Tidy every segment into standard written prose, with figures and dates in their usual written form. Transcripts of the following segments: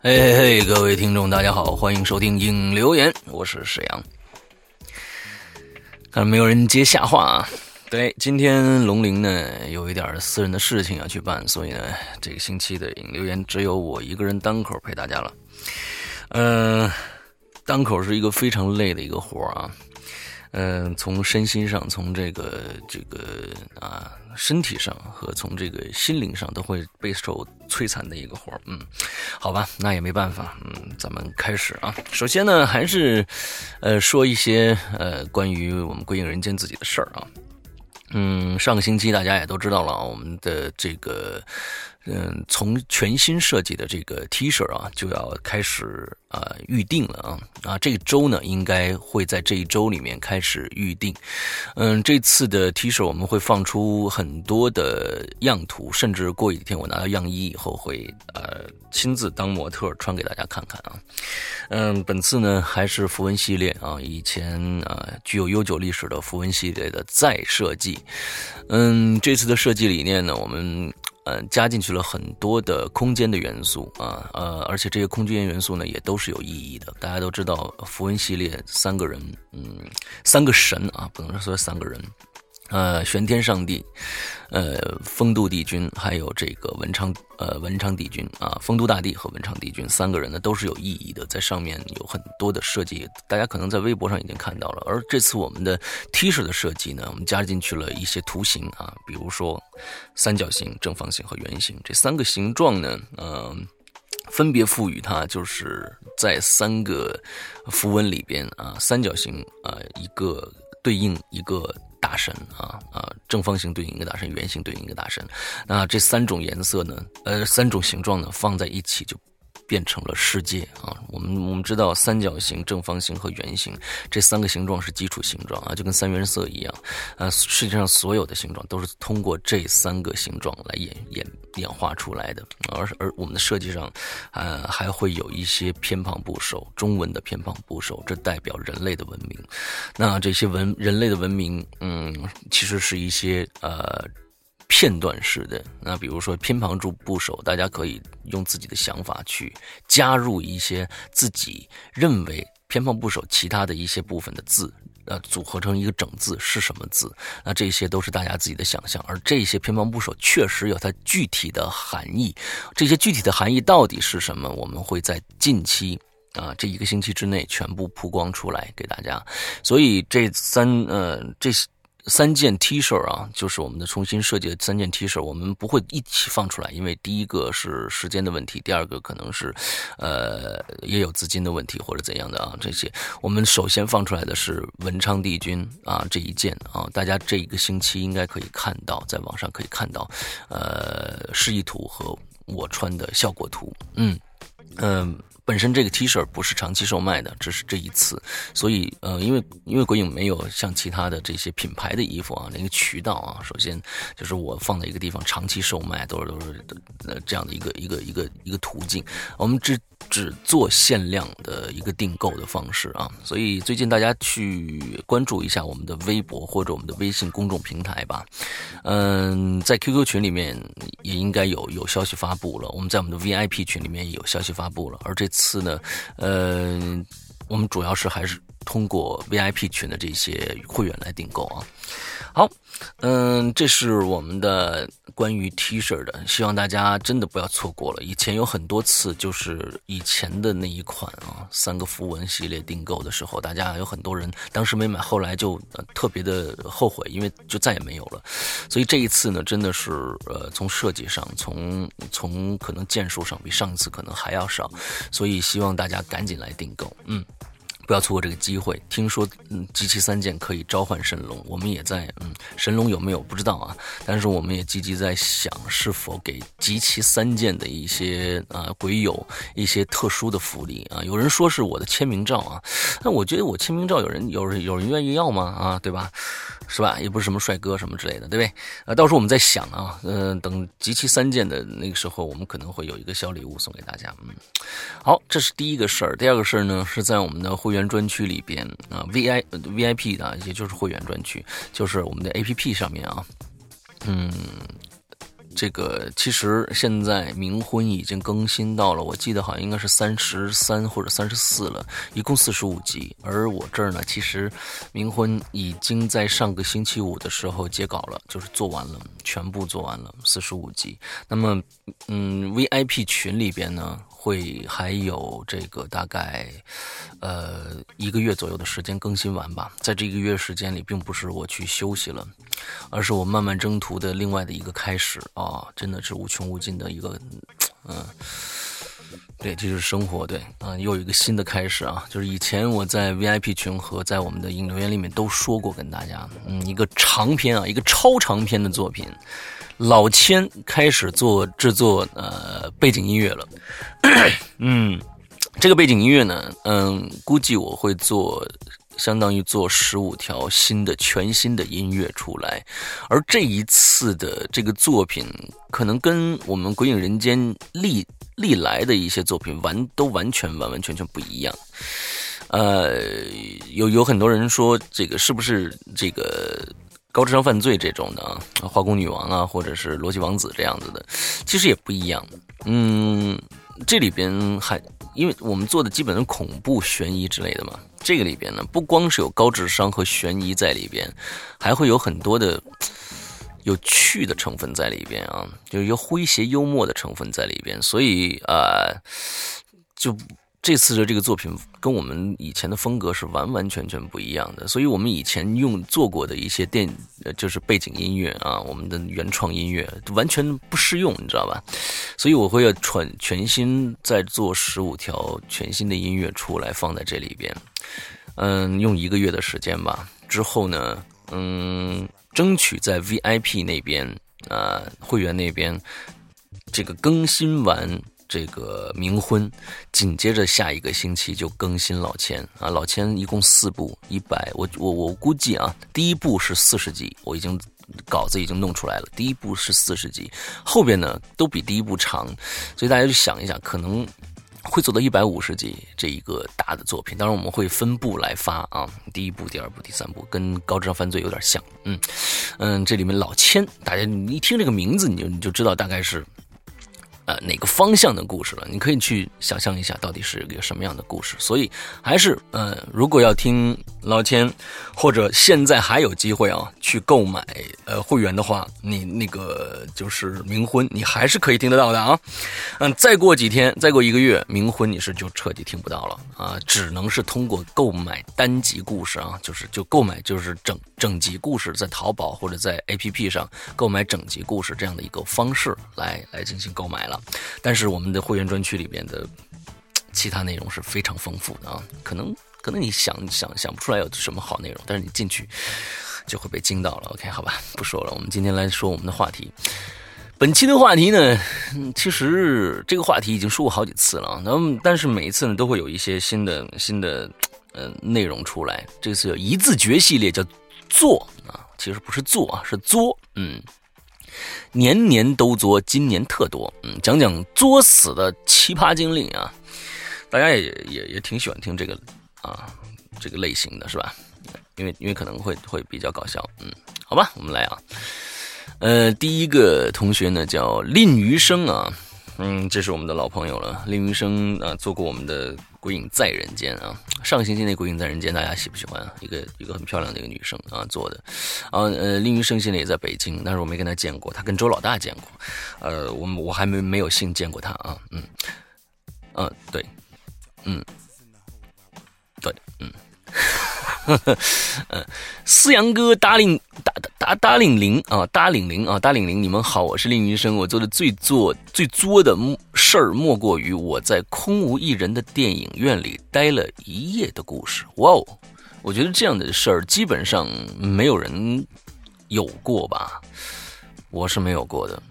嘿嘿嘿，各位听众，大家好，欢迎收听影留言，我是沈阳。看没有人接下话啊。对，今天龙鳞呢有一点私人的事情要去办，所以呢这个星期的影留言只有我一个人单口陪大家了。单口是一个非常累的一个活啊。从身心上，从这个身体上和从这个心灵上都会备受摧残的一个活。好吧，那也没办法。咱们开始啊。首先呢，还是说一些关于我们归隐人间自己的事儿啊。上个星期大家也都知道了，我们的这个从全新设计的这个 T 恤啊就要开始预定了啊。这个周呢应该会在这一周里面开始预定。这次的 T 恤我们会放出很多的样图，甚至过几天我拿到样衣以后会亲自当模特穿给大家看看啊。本次呢还是符文系列啊，以前具有悠久历史的符文系列的再设计。这次的设计理念呢，我们加进去了很多的空间的元素啊，而且这些空间元素呢也都是有意义的。大家都知道符文系列三个人，三个神啊，不能说三个人。玄天上帝，丰都帝君，还有这个文昌帝君啊，丰都大帝和文昌帝君三个人呢都是有意义的，在上面有很多的设计，大家可能在微博上已经看到了。而这次我们的 T 恤的设计呢，我们加进去了一些图形啊，比如说三角形、正方形和圆形这三个形状呢，分别赋予它就是在三个符文里边啊，三角形一个对应一个大神正方形对应一个大神，圆形对应一个大神。那这三种颜色呢，三种形状呢放在一起就变成了世界啊。我们知道三角形、正方形和圆形这三个形状是基础形状啊，就跟三原色一样世界上所有的形状都是通过这三个形状来演化出来的。而我们的设计上还会有一些偏旁部首，中文的偏旁部首，这代表人类的文明。那这些人类的文明其实是一些片段式的。那比如说偏旁部首，大家可以用自己的想法去加入一些自己认为偏旁部首其他的一些部分的字，组合成一个整字是什么字？那这些都是大家自己的想象，而这些偏旁部首确实有它具体的含义。这些具体的含义到底是什么？我们会在近期这一个星期之内全部曝光出来给大家。所以这三件 T 恤啊，就是我们的重新设计的三件 T 恤，我们不会一起放出来，因为第一个是时间的问题，第二个可能是也有资金的问题或者怎样的啊。这些我们首先放出来的是文昌帝君啊这一件啊，大家这一个星期应该可以看到，在网上可以看到示意图和我穿的效果图。本身这个 T 恤不是长期售卖的，只是这一次，所以因为鬼影没有像其他的这些品牌的衣服啊，那个渠道啊，首先就是我放在一个地方长期售卖，都是这样的一个途径。我们只做限量的一个订购的方式啊，所以最近大家去关注一下我们的微博或者我们的微信公众平台吧。在 QQ 群里面也应该有消息发布了，我们在我们的 VIP 群里面也有消息发布了。而这次呢，我们主要是还是通过 VIP 群的这些会员来订购啊。好，这是我们的关于 T 恤的，希望大家真的不要错过了。以前有很多次，就是以前的那一款三个符文系列订购的时候，大家有很多人当时没买，后来就特别的后悔，因为就再也没有了。所以这一次呢，真的是从设计上，从可能件数上比上一次可能还要少，所以希望大家赶紧来订购。不要错过这个机会。听说集齐三件可以召唤神龙，我们也在神龙有没有不知道啊，但是我们也积极在想是否给集齐三件的一些鬼友一些特殊的福利啊。有人说是我的签名照啊，那我觉得我签名照有人愿意要吗？啊，对吧？是吧？也不是什么帅哥什么之类的，对不对？到时候我们再想啊，等集齐三件的那个时候，我们可能会有一个小礼物送给大家。好，这是第一个事儿。第二个事儿呢，是在我们的会员专区里边啊 ，VIP 的，也就是会员专区，就是我们的 APP 上面啊， 这个其实现在冥婚已经更新到了，我记得好像应该是33或者34了，一共45集。而我这儿呢，其实冥婚已经在上个星期五的时候截稿了，就是做完了，全部做完了45集。那么，VIP 群里边呢，会还有这个大概1个月左右的时间更新完吧。在这1个月时间里，并不是我去休息了，而是我漫漫征途的另外的一个开始啊，真的是无穷无尽的一个，对，这就是生活，对啊，又有一个新的开始啊，就是以前我在 VIP 群和在我们的引流言里面都说过跟大家，一个长篇啊，一个超长篇的作品，老千开始制作背景音乐了，这个背景音乐呢，估计我会相当于做15条全新的音乐出来，而这一次的这个作品，可能跟我们《鬼影人间》历来的一些作品都完全不一样。有很多人说这个是不是这个高智商犯罪这种的啊，化工女王啊，或者是逻辑王子这样子的，其实也不一样。这里边因为我们做的基本上恐怖悬疑之类的嘛，这个里边呢不光是有高智商和悬疑在里边，还会有很多的有趣的成分在里边啊，就是有诙谐幽默的成分在里边，所以就这次的这个作品跟我们以前的风格是完全不一样的，所以我们以前做过的一些就是背景音乐啊，我们的原创音乐完全不适用，你知道吧？所以我会要全新再做15条全新的音乐出来放在这里边，用1个月的时间吧。之后呢，争取在 VIP 那边会员那边这个更新完这个冥婚，紧接着下一个星期就更新老千啊，老千一共4部100，我估计啊，第一部是40集，我稿子已经弄出来了，第一部是40集，后边呢都比第一部长，所以大家就想一想，可能会做到150集这一个大的作品。当然我们会分部来发啊，第一部、第二部、第三部，跟高智商犯罪有点像。这里面老千，大家一听这个名字你就知道大概是哪个方向的故事了，你可以去想象一下到底是一个什么样的故事。所以还是如果要听老千，或者现在还有机会啊去购买会员的话，你那个就是冥婚你还是可以听得到的啊。再过几天，再过1个月，冥婚你就彻底听不到了啊，只能是通过购买单集故事啊，就购买就是整集故事，在淘宝或者在 APP 上购买整集故事这样的一个方式来进行购买了。但是我们的会员专区里边的其他内容是非常丰富的啊，可能你想不出来有什么好内容，但是你进去就会被惊到了。 OK 好吧，不说了，我们今天来说我们的话题。本期的话题呢，其实这个话题已经说过好几次了，但是每一次呢都会有一些新的内容出来。这次有一字诀系列叫作啊，其实不是做啊，是作。年年都作，今年特多。讲讲作死的奇葩经历啊，大家也挺喜欢听这个这个类型的是吧？因为可能会比较搞笑。好吧，我们来啊。第一个同学呢叫令余生啊，这是我们的老朋友了。令余生啊，做过我们的《鬼影在人间》啊，上个星期那《鬼影在人间》大家喜不喜欢啊？一个很漂亮的一个女生啊做的令余生现在也在北京，但是我没跟她见过，她跟周老大见过，我还没有幸见过她啊。对，对，思阳哥达令灵，你们好，我是令余生。我做的最作的事儿，莫过于我在空无一人的电影院里待了1夜的故事。哇哦，我觉得这样的事儿基本上没有人有过吧，我是没有过的。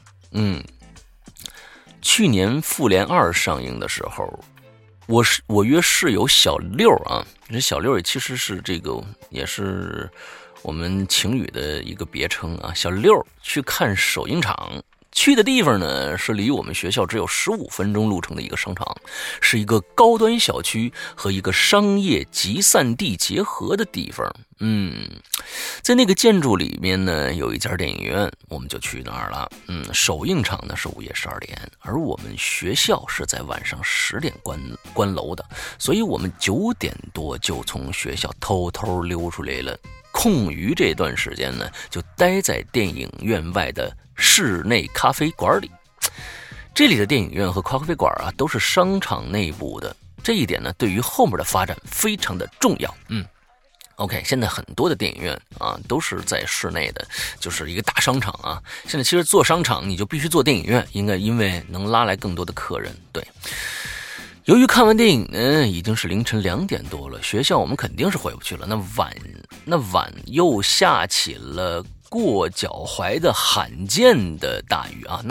去年《复联2》上映的时候，我约室友小六啊，这小六其实是也是我们情侣的一个别称啊。小六去看首映场， 去的地方呢是离我们学校只有15分钟路程的一个商场，是一个高端小区和一个商业集散地结合的地方。在那个建筑里面呢有一家电影院，我们就去那儿了。首映场呢是午夜12点，而我们学校是在晚上10点关楼的，所以我们9点多就从学校偷偷溜出来了。空余这段时间呢，就待在电影院外的室内咖啡馆里。这里的电影院和咖啡馆啊，都是商场内部的，这一点呢，对于后面的发展非常的重要。OK， 现在很多的电影院啊，都是在室内的，就是一个大商场啊。现在其实做商场你就必须做电影院，因为能拉来更多的客人。对。由于看完电影呢，已经是凌晨2点多了，学校我们肯定是回不去了。那晚又下起了过脚踝的罕见的大雨啊！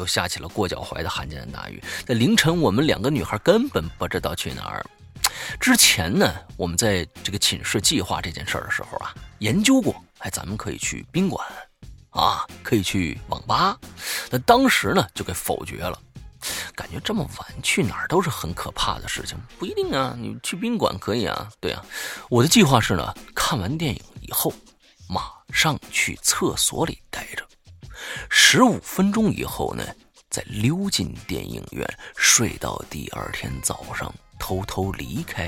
在凌晨，我们2个女孩根本不知道去哪儿。之前呢，我们在这个寝室计划这件事的时候啊，研究过，咱们可以去宾馆啊，可以去网吧。那当时呢，就给否决了。感觉这么晚去哪儿都是很可怕的事情，不一定啊，你去宾馆可以啊。对啊，我的计划是呢，看完电影以后马上去厕所里待着，15分钟以后呢再溜进电影院，睡到第2天早上偷偷离开。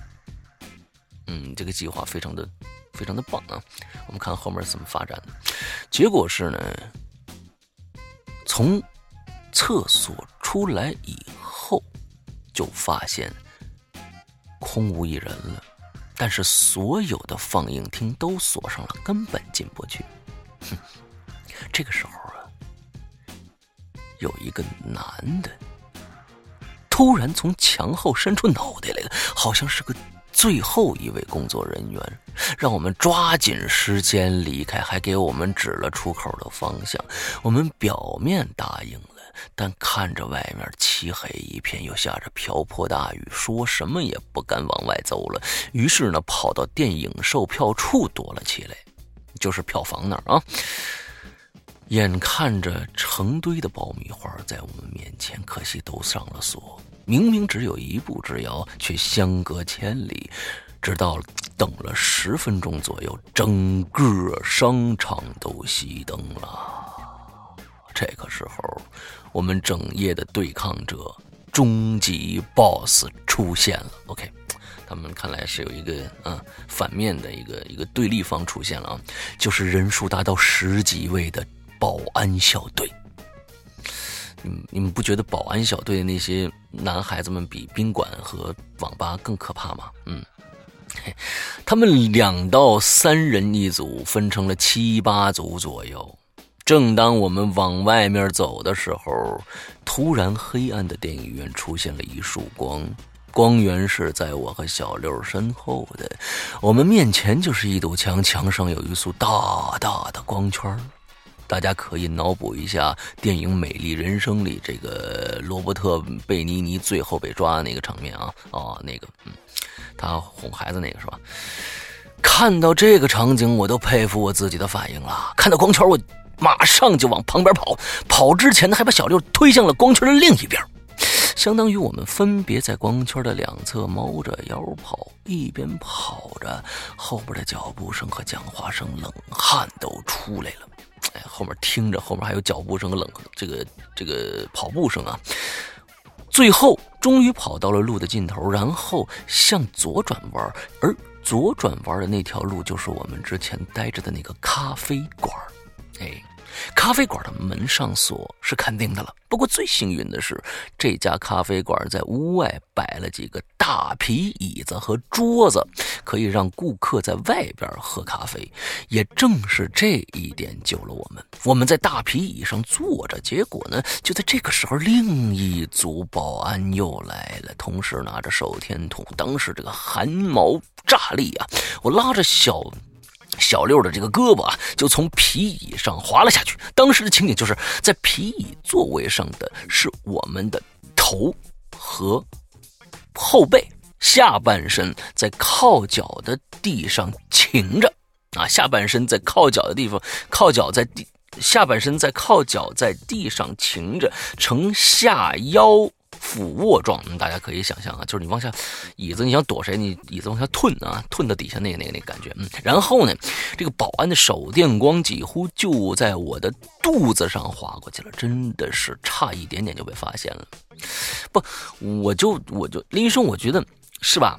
这个计划非常的棒啊，我们看后面怎么发展的。结果是呢，从厕所出来以后就发现空无一人了，但是所有的放映厅都锁上了，根本进不去。这个时候啊，有一个男的突然从墙后伸出脑袋来了，好像是个最后一位工作人员，让我们抓紧时间离开，还给我们指了出口的方向。我们表面答应了，但看着外面漆黑一片，又下着瓢泼大雨，说什么也不敢往外走了。于是呢，跑到电影售票处躲了起来，就是票房那儿啊。眼看着成堆的爆米花在我们面前，可惜都上了锁。明明只有1步之遥，却相隔千里。直到等了10分钟左右，整个商场都熄灯了。这个时候，我们整夜的对抗者终极 BOSS 出现了。OK， 他们看来是有一个反面的一个对立方出现了啊，就是人数达到10几位的保安小队。你们不觉得保安小队的那些男孩子们比宾馆和网吧更可怕吗？他们2到3人一组，分成了7、8组左右。正当我们往外面走的时候，突然黑暗的电影院出现了一束光，光源是在我和小六身后的。我们面前就是一堵墙，墙上有一束大大的光圈。大家可以脑补一下电影《美丽人生》里这个罗伯特·贝尼尼最后被抓的那个场面啊，他哄孩子那个是吧？看到这个场景，我都佩服我自己的反应了。看到光圈，我马上就往旁边跑，跑之前呢，还把小六推向了光圈的另一边，相当于我们分别在光圈的2侧猫着腰跑，一边跑着，后边的脚步声和讲话声，冷汗都出来了。后面听着，后面还有脚步声和这个跑步声啊。最后终于跑到了路的尽头，然后向左转弯，而左转弯的那条路就是我们之前待着的那个咖啡馆。咖啡馆的门上锁是肯定的了，不过最幸运的是，这家咖啡馆在屋外摆了几个大皮椅子和桌子，可以让顾客在外边喝咖啡。也正是这一点救了我们。我们在大皮椅上坐着，结果呢，就在这个时候，另一组保安又来了，同时拿着手电筒。当时这个汗毛炸立啊，我拉着小六的这个胳膊啊，就从皮椅上滑了下去。当时的情景就是在皮椅座位上的是我们的头和后背，下半身在靠脚的地上擎着啊，下半身在靠脚的地方，靠脚在下半身在靠脚在地上擎着，呈下腰俯卧状，大家可以想象啊，就是你往下椅子，你想躲谁，你椅子往下吞啊，吞到底下那个感觉，然后呢，这个保安的手电光几乎就在我的肚子上划过去了，真的是差一点点就被发现了。不，我就林医生，我觉得是吧？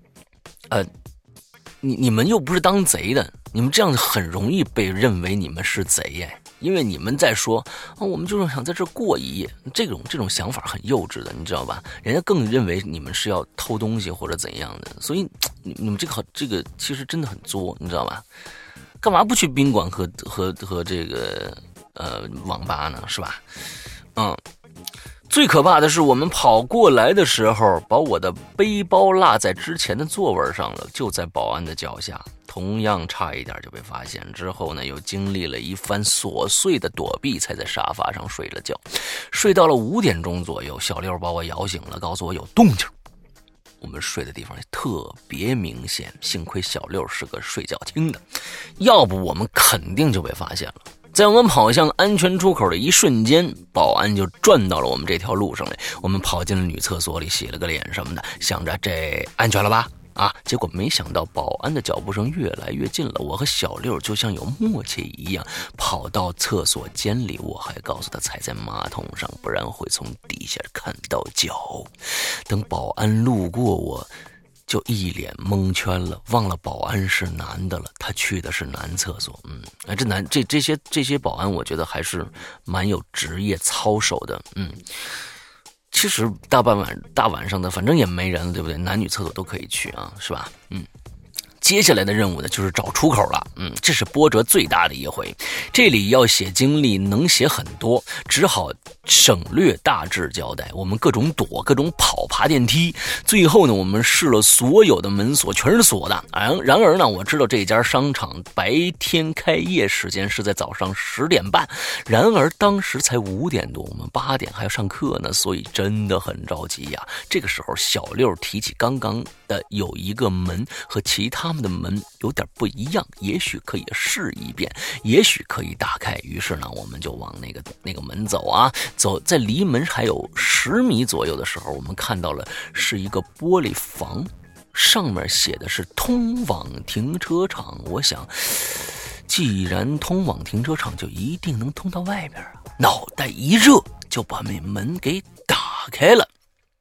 你们又不是当贼的，你们这样很容易被认为你们是贼耶。因为你们在说啊，我们就是想在这过一夜，这种想法很幼稚的，你知道吧？人家更认为你们是要偷东西或者怎样的，所以你们这个其实真的很作，你知道吧？干嘛不去宾馆和这个网吧呢？是吧？最可怕的是，我们跑过来的时候，把我的背包落在之前的座位上了，就在保安的脚下，同样差一点就被发现。之后呢，又经历了一番琐碎的躲避，才在沙发上睡了觉。睡到了5点钟左右，小六把我摇醒了，告诉我有动静。我们睡的地方特别明显，幸亏小六是个睡觉厅的，要不我们肯定就被发现了。在我们跑向安全出口的一瞬间，保安就转到了我们这条路上来。我们跑进了女厕所里，洗了个脸什么的，想着这安全了吧？结果没想到保安的脚步声越来越近了。我和小六就像有默契一样，跑到厕所间里。我还告诉他踩在马桶上，不然会从底下看到脚。等保安路过我，就一脸蒙圈了，忘了保安是男的了，他去的是男厕所。这些保安我觉得还是蛮有职业操守的。其实大晚上的，反正也没人，对不对？男女厕所都可以去啊，是吧？接下来的任务呢，就是找出口了。这是波折最大的一回。这里要写经历，能写很多，只好省略大致交代。我们各种躲，各种跑，爬电梯。最后呢，我们试了所有的门锁，全是锁的。然而呢，我知道这家商场白天开业时间是在早上10点半，然而当时才5点多，我们8点还要上课呢，所以真的很着急呀。这个时候，小六提起刚刚的有一个门和其他们的门有点不一样，也许可以试一遍，也许可以打开。于是呢，我们就往那个门走啊，走在离门还有10米左右的时候，我们看到了是一个玻璃房，上面写的是通往停车场。我想，既然通往停车场，就一定能通到外边啊！脑袋一热，就把那门给打开了。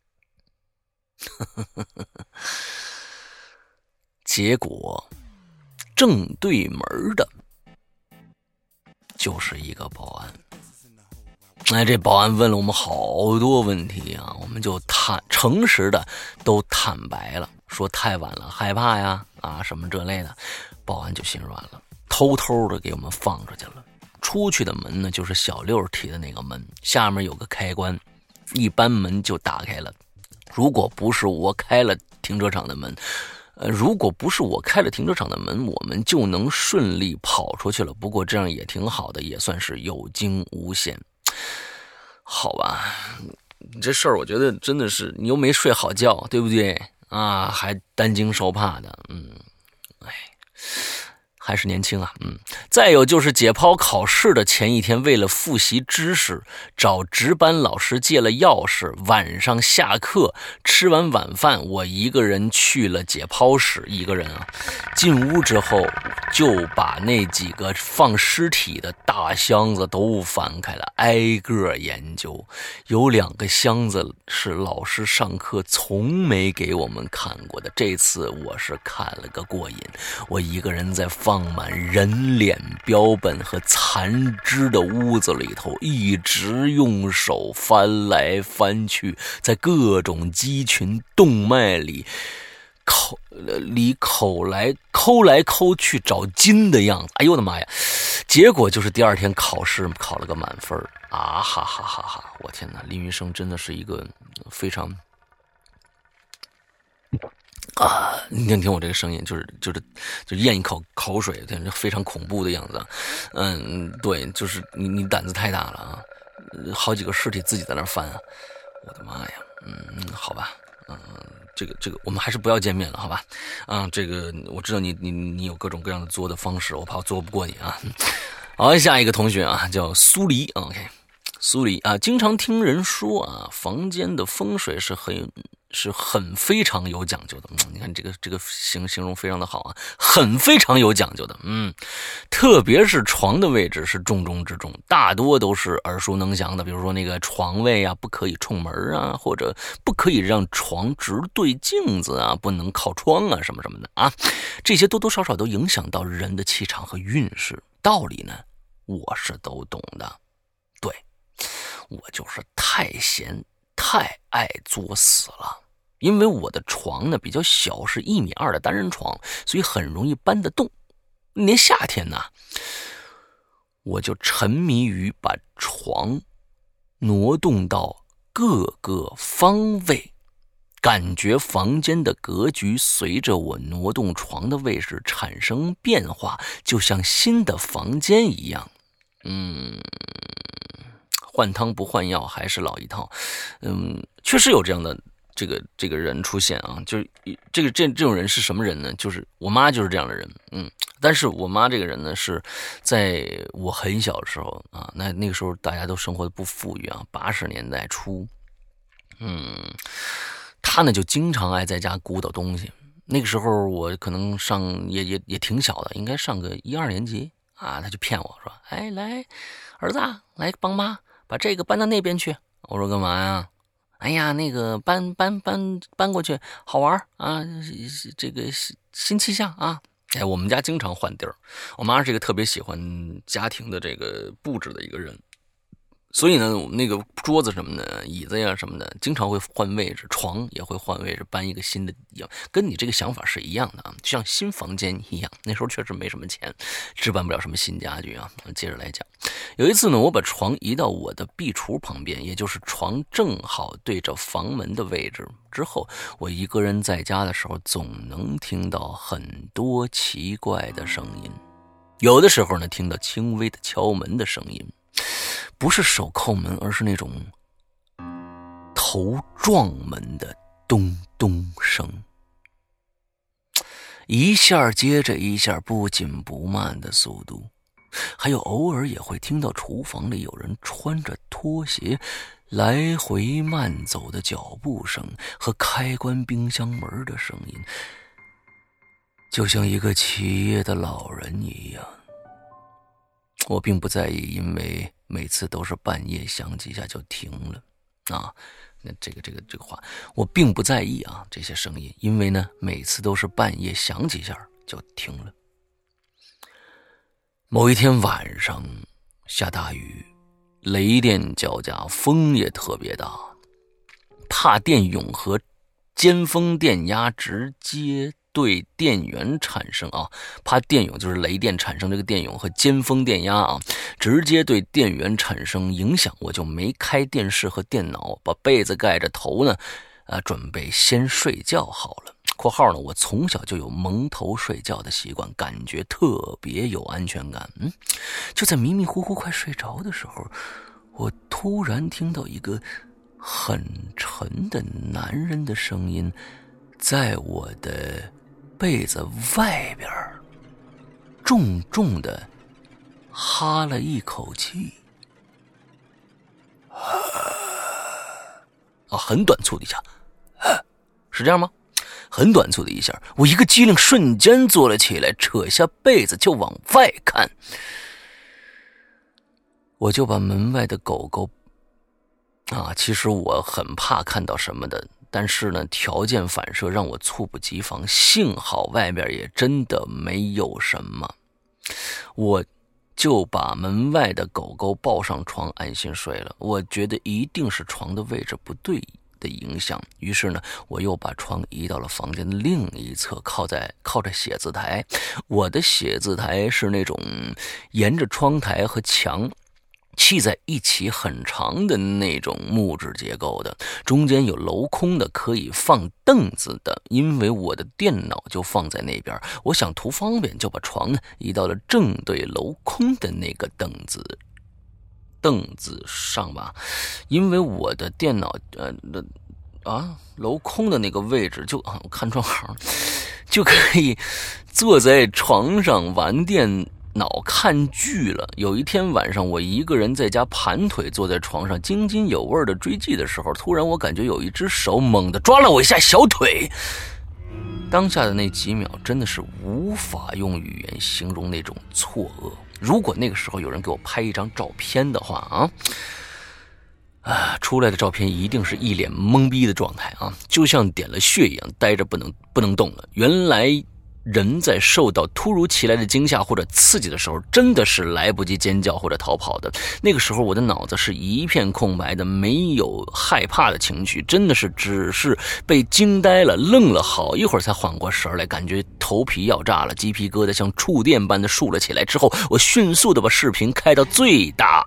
结果正对门的就是一个保安。这保安问了我们好多问题啊，我们就诚实的都坦白了，说太晚了，害怕呀，什么这类的。保安就心软了，偷偷的给我们放出去了。出去的门呢，就是小六提的那个门，下面有个开关，一般门就打开了。如果不是我开了停车场的门，我们就能顺利跑出去了。不过这样也挺好的，也算是有惊无险。好吧，这事儿我觉得真的是你又没睡好觉，对不对还担惊受怕的。还是年轻啊。再有就是解剖考试的前一天，为了复习知识，找值班老师借了钥匙。晚上下课吃完晚饭，我一个人去了解剖室，一个人进屋之后，就把那几个放尸体的大箱子都翻开了，挨个研究。有2个箱子是老师上课从没给我们看过的，这次我是看了个过瘾。我一个人在放满人脸标本和残肢的屋子里头，一直用手翻来翻去，在各种肌群动脉里抠来抠去找筋的样子。哎呦我的妈呀！结果就是第2天考试考了个满分哈哈哈哈！我天哪，林云生真的是一个非常你听我这个声音，就是咽一口口水，非常恐怖的样子。对，就是你胆子太大了好几个尸体自己在那翻我的妈呀！好吧，这个我们还是不要见面了，好吧？这个我知道你有各种各样的作的方式，我怕我作不过你好，下一个同学啊，叫苏黎。OK， 苏黎啊，经常听人说啊，房间的风水是很非常有讲究的。你看这个形容非常的好啊，很非常有讲究的。特别是床的位置是重中之重，大多都是耳熟能详的，比如说那个床位啊，不可以冲门啊，或者不可以让床直对镜子啊，不能靠窗啊，什么什么的啊，这些多多少少都影响到人的气场和运势。道理呢，我是都懂的。对，我就是太闲太爱作死了。因为我的床呢比较小，是1.2米的单人床，所以很容易搬得动。年夏天呢，我就沉迷于把床挪动到各个方位，感觉房间的格局随着我挪动床的位置产生变化，就像新的房间一样。换汤不换药，还是老一套。确实有这样的这个人出现啊，就是这种人是什么人呢？就是我妈就是这样的人。但是我妈这个人呢，是在我很小的时候啊，那个时候大家都生活的不富裕啊，80年代初，她呢就经常爱在家鼓捣东西。那个时候我可能也挺小的，应该上个1、2年级啊，她就骗我说：“哎，来，儿子啊，来帮妈把这个搬到那边去。”我说干嘛呀？哎呀，那个搬过去好玩啊，这个新气象啊。我们家经常换地儿，我妈是一个特别喜欢家庭的这个布置的一个人，所以呢，我们那个桌子什么的、椅子呀什么的，经常会换位置，床也会换位置，搬一个新的一样，跟你这个想法是一样的啊，就像新房间一样。那时候确实没什么钱，置办不了什么新家具啊。接着来讲，有一次呢，我把床移到我的壁橱旁边，也就是床正好对着房门的位置。之后，我一个人在家的时候，总能听到很多奇怪的声音，有的时候呢，听到轻微的敲门的声音。不是手叩门，而是那种头撞门的咚咚声，一下接着一下，不紧不慢的速度。还有偶尔也会听到厨房里有人穿着拖鞋来回慢走的脚步声和开关冰箱门的声音，就像一个起夜的老人一样。我并不在意，因为每次都是半夜响几下就停了啊。那这个话，我并不在意啊，这些声音，因为呢，每次都是半夜响几下就停了。某一天晚上下大雨，雷电交加，风也特别大，怕电涌和尖峰电压直接对电源产生怕电涌就是雷电产生这个电涌和尖峰电压啊，直接对电源产生影响，我就没开电视和电脑，把被子盖着头呢，准备先睡觉好了。括号呢，我从小就有蒙头睡觉的习惯，感觉特别有安全感。就在迷迷糊糊快睡着的时候，我突然听到一个很沉的男人的声音在我的被子外边重重的哈了一口气，很短促的一下，是这样吗？很短促的一下，我一个机灵瞬间坐了起来，扯下被子就往外看，我就把门外的狗狗其实我很怕看到什么的，但是呢，条件反射让我猝不及防，幸好外面也真的没有什么，我就把门外的狗狗抱上床安心睡了。我觉得一定是床的位置不对的影响，于是呢，我又把床移到了房间的另一侧，靠着写字台。我的写字台是那种沿着窗台和墙砌在一起很长的那种木质结构的，中间有镂空的可以放凳子的，因为我的电脑就放在那边，我想图方便，就把床呢移到了正对镂空的那个凳子上吧，因为我的电脑镂空的那个位置就我看窗行就可以坐在床上玩电脑看剧了。有一天晚上，我一个人在家盘腿坐在床上，津津有味的追剧的时候，突然我感觉有一只手猛地抓了我一下小腿。当下的那几秒真的是无法用语言形容那种错愕。如果那个时候有人给我拍一张照片的话出来的照片一定是一脸懵逼的状态啊，就像点了穴一样，呆着不能动了。原来人在受到突如其来的惊吓或者刺激的时候，真的是来不及尖叫或者逃跑的。那个时候我的脑子是一片空白的，没有害怕的情绪，真的是只是被惊呆了，愣了好一会儿才缓过神来，感觉头皮要炸了，鸡皮疙瘩像触电般的竖了起来。之后我迅速的把视频开到最大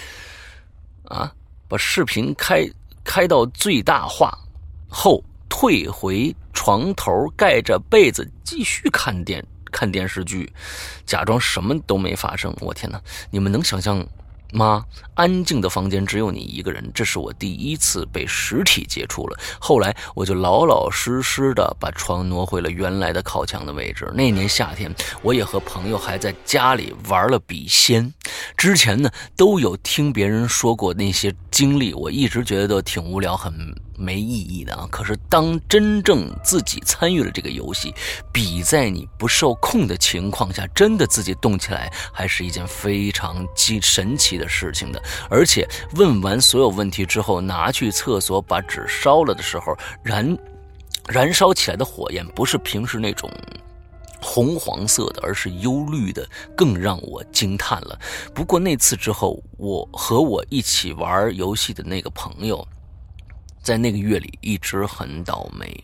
把视频开到最大化后，退回床头，盖着被子继续看电视剧，假装什么都没发生。我天哪，你们能想象吗？安静的房间只有你一个人，这是我第一次被实体接触了。后来我就老老实实的把床挪回了原来的靠墙的位置。那年夏天，我也和朋友还在家里玩了笔仙。之前呢，都有听别人说过那些经历，我一直觉得都挺无聊，很没意义的啊。可是当真正自己参与了这个游戏，比在你不受控的情况下真的自己动起来，还是一件非常神奇的事情的。而且问完所有问题之后，拿去厕所把纸烧了的时候，燃烧起来的火焰不是平时那种红黄色的，而是幽绿的，更让我惊叹了。不过那次之后，我和我一起玩游戏的那个朋友在那个月里一直很倒霉。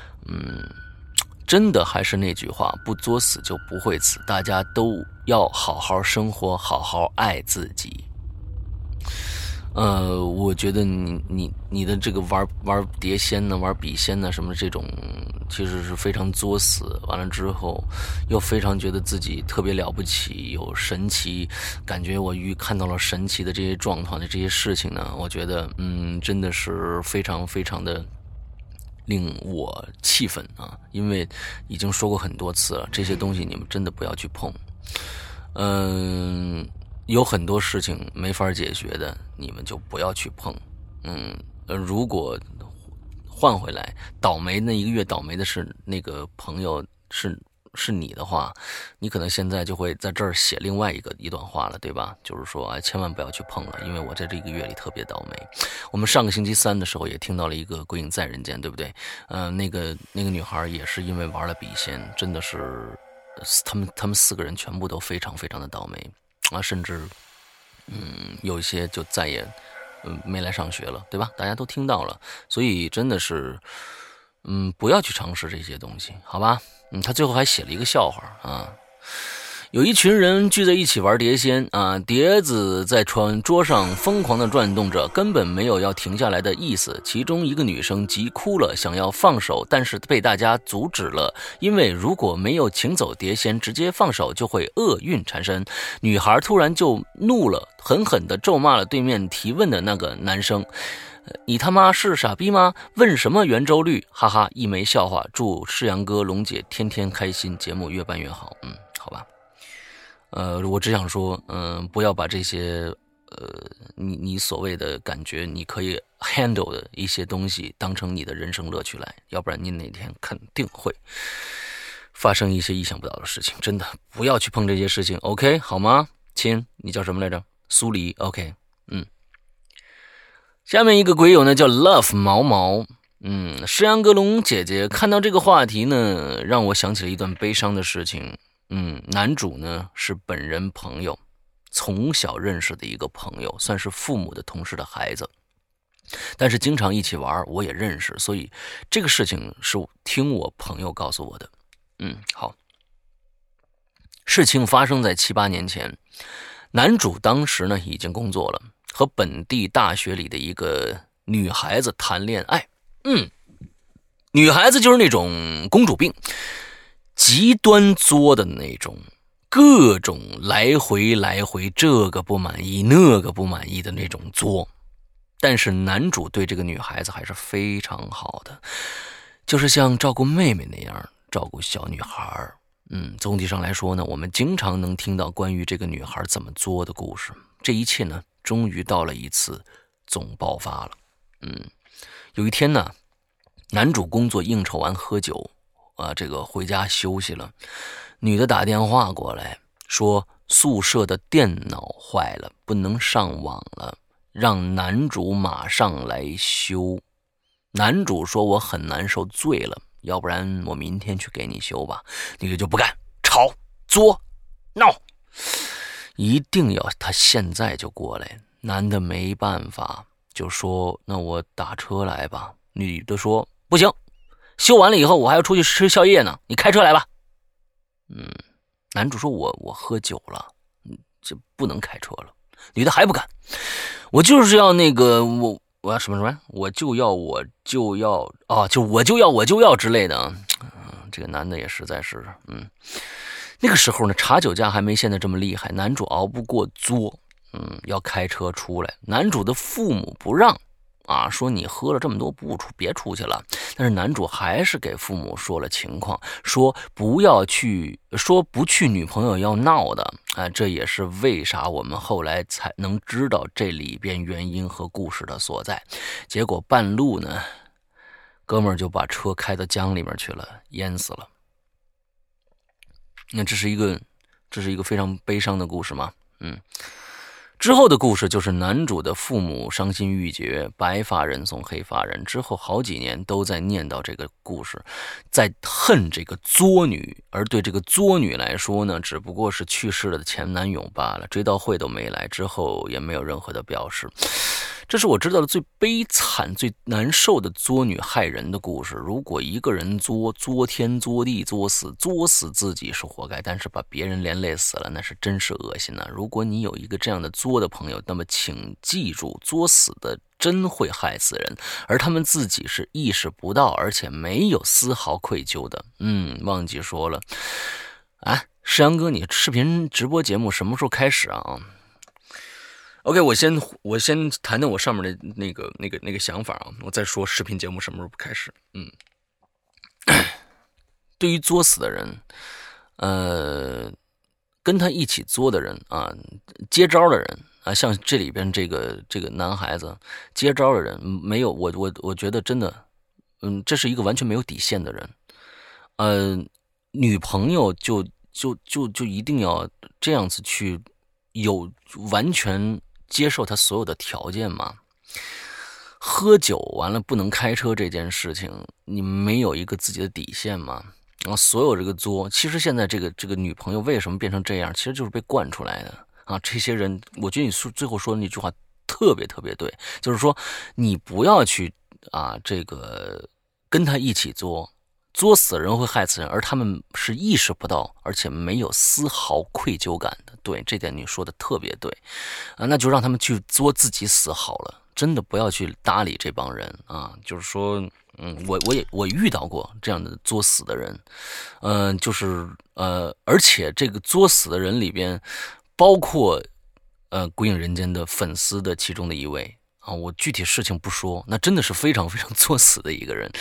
真的还是那句话，不作死就不会死，大家都要好好生活，好好爱自己。我觉得你的这个玩碟仙呢，玩笔仙呢，什么这种，其实是非常作死。完了之后，又非常觉得自己特别了不起，有神奇，感觉我看到了神奇的这些状况的这些事情呢，我觉得真的是非常非常的令我气愤啊！因为已经说过很多次了，这些东西你们真的不要去碰。有很多事情没法解决的，你们就不要去碰。如果换回来，倒霉那一个月倒霉的是那个朋友是你的话，你可能现在就会在这儿写另外一段话了，对吧？就是说，千万不要去碰了，因为我在这个月里特别倒霉。我们上个星期三的时候也听到了一个鬼影在人间，对不对？那个女孩也是因为玩了笔仙，真的是他们4个人全部都非常非常的倒霉。甚至有一些就再也没来上学了，对吧？大家都听到了，所以真的是不要去尝试这些东西，好吧？他最后还写了一个笑话啊，有一群人聚在一起玩碟仙啊，碟子在桌上疯狂地转动着，根本没有要停下来的意思。其中一个女生急哭了，想要放手，但是被大家阻止了，因为如果没有请走碟仙，直接放手就会厄运缠身。女孩突然就怒了，狠狠地咒骂了对面提问的那个男生。你他妈是傻逼吗？问什么圆周率？哈哈，一枚笑话。祝世阳哥、龙姐天天开心，节目越办越好。好吧。我只想说，不要把这些，你所谓的感觉你可以 handle 的一些东西当成你的人生乐趣来，要不然你哪天肯定会发生一些意想不到的事情。真的，不要去碰这些事情 ，OK 好吗？亲，你叫什么来着？苏黎 ，OK，下面一个鬼友呢叫 Love 毛毛，石阳阁龙姐姐看到这个话题呢，让我想起了一段悲伤的事情。男主呢是本人朋友，从小认识的一个朋友，算是父母的同事的孩子，但是经常一起玩，我也认识，所以这个事情是听我朋友告诉我的。好，事情发生在7、8年前，男主当时呢已经工作了，和本地大学里的一个女孩子谈恋爱。女孩子就是那种公主病，极端作的那种，各种来回这个不满意那个不满意的那种作。但是男主对这个女孩子还是非常好的，就是像照顾妹妹那样照顾小女孩。 总体上来说呢，我们经常能听到关于这个女孩怎么作的故事。这一切呢，终于到了一次总爆发了。有一天呢，男主工作应酬完喝酒，这个回家休息了，女的打电话过来说宿舍的电脑坏了，不能上网了，让男主马上来修。男主说我很难受，醉了，要不然我明天去给你修吧。女的就不干，吵作闹，一定要他现在就过来。男的没办法，就说那我打车来吧。女的说不行，修完了以后我还要出去吃宵夜呢，你开车来吧。男主说我喝酒了，这不能开车了。女的还不敢，我就是要那个我要什么，我就要之类的。这个男的也实在是，那个时候呢，查酒驾还没现在这么厉害，男主熬不过作，要开车出来。男主的父母不让，说你喝了这么多别出去了。但是男主还是给父母说了情况，说不去女朋友要闹的。这也是为啥我们后来才能知道这里边原因和故事的所在。结果半路呢，哥们儿就把车开到江里面去了，淹死了。那这是一个非常悲伤的故事吗？之后的故事就是男主的父母伤心欲绝，白发人送黑发人，之后好几年都在念叨这个故事，在恨这个作女，而对这个作女来说呢，只不过是去世了的前男友罢了，追悼会都没来，之后也没有任何的表示。这是我知道的最悲惨、最难受的作女害人的故事。如果一个人作天、作地、作死自己是活该，但是把别人连累死了，那是真是恶心呐。如果你有一个这样的作的朋友，那么请记住，作死的真会害死人，而他们自己是意识不到，而且没有丝毫愧疚的。忘记说了，世阳哥，你视频直播节目什么时候开始啊？OK，我先谈谈我上面的那个想法啊，我再说视频节目什么时候开始。对于作死的人，跟他一起作的人接招的人像这里边这个男孩子接招的人，没有我觉得真的，这是一个完全没有底线的人。女朋友就一定要这样子去完全接受他所有的条件吗？喝酒完了不能开车这件事情，你没有一个自己的底线吗？所有这个作，其实现在这个女朋友为什么变成这样，其实就是被惯出来的这些人，我觉得你最后说的那句话特别特别对，就是说你不要去这个跟他一起作死人会害死人，而他们是意识不到，而且没有丝毫愧疚感的。对，这点你说的特别对那就让他们去作自己死好了，真的不要去搭理这帮人就是说我遇到过这样的作死的人，而且这个作死的人里边包括鬼影人间的粉丝的其中的一位我具体事情不说，那真的是非常非常作死的一个人。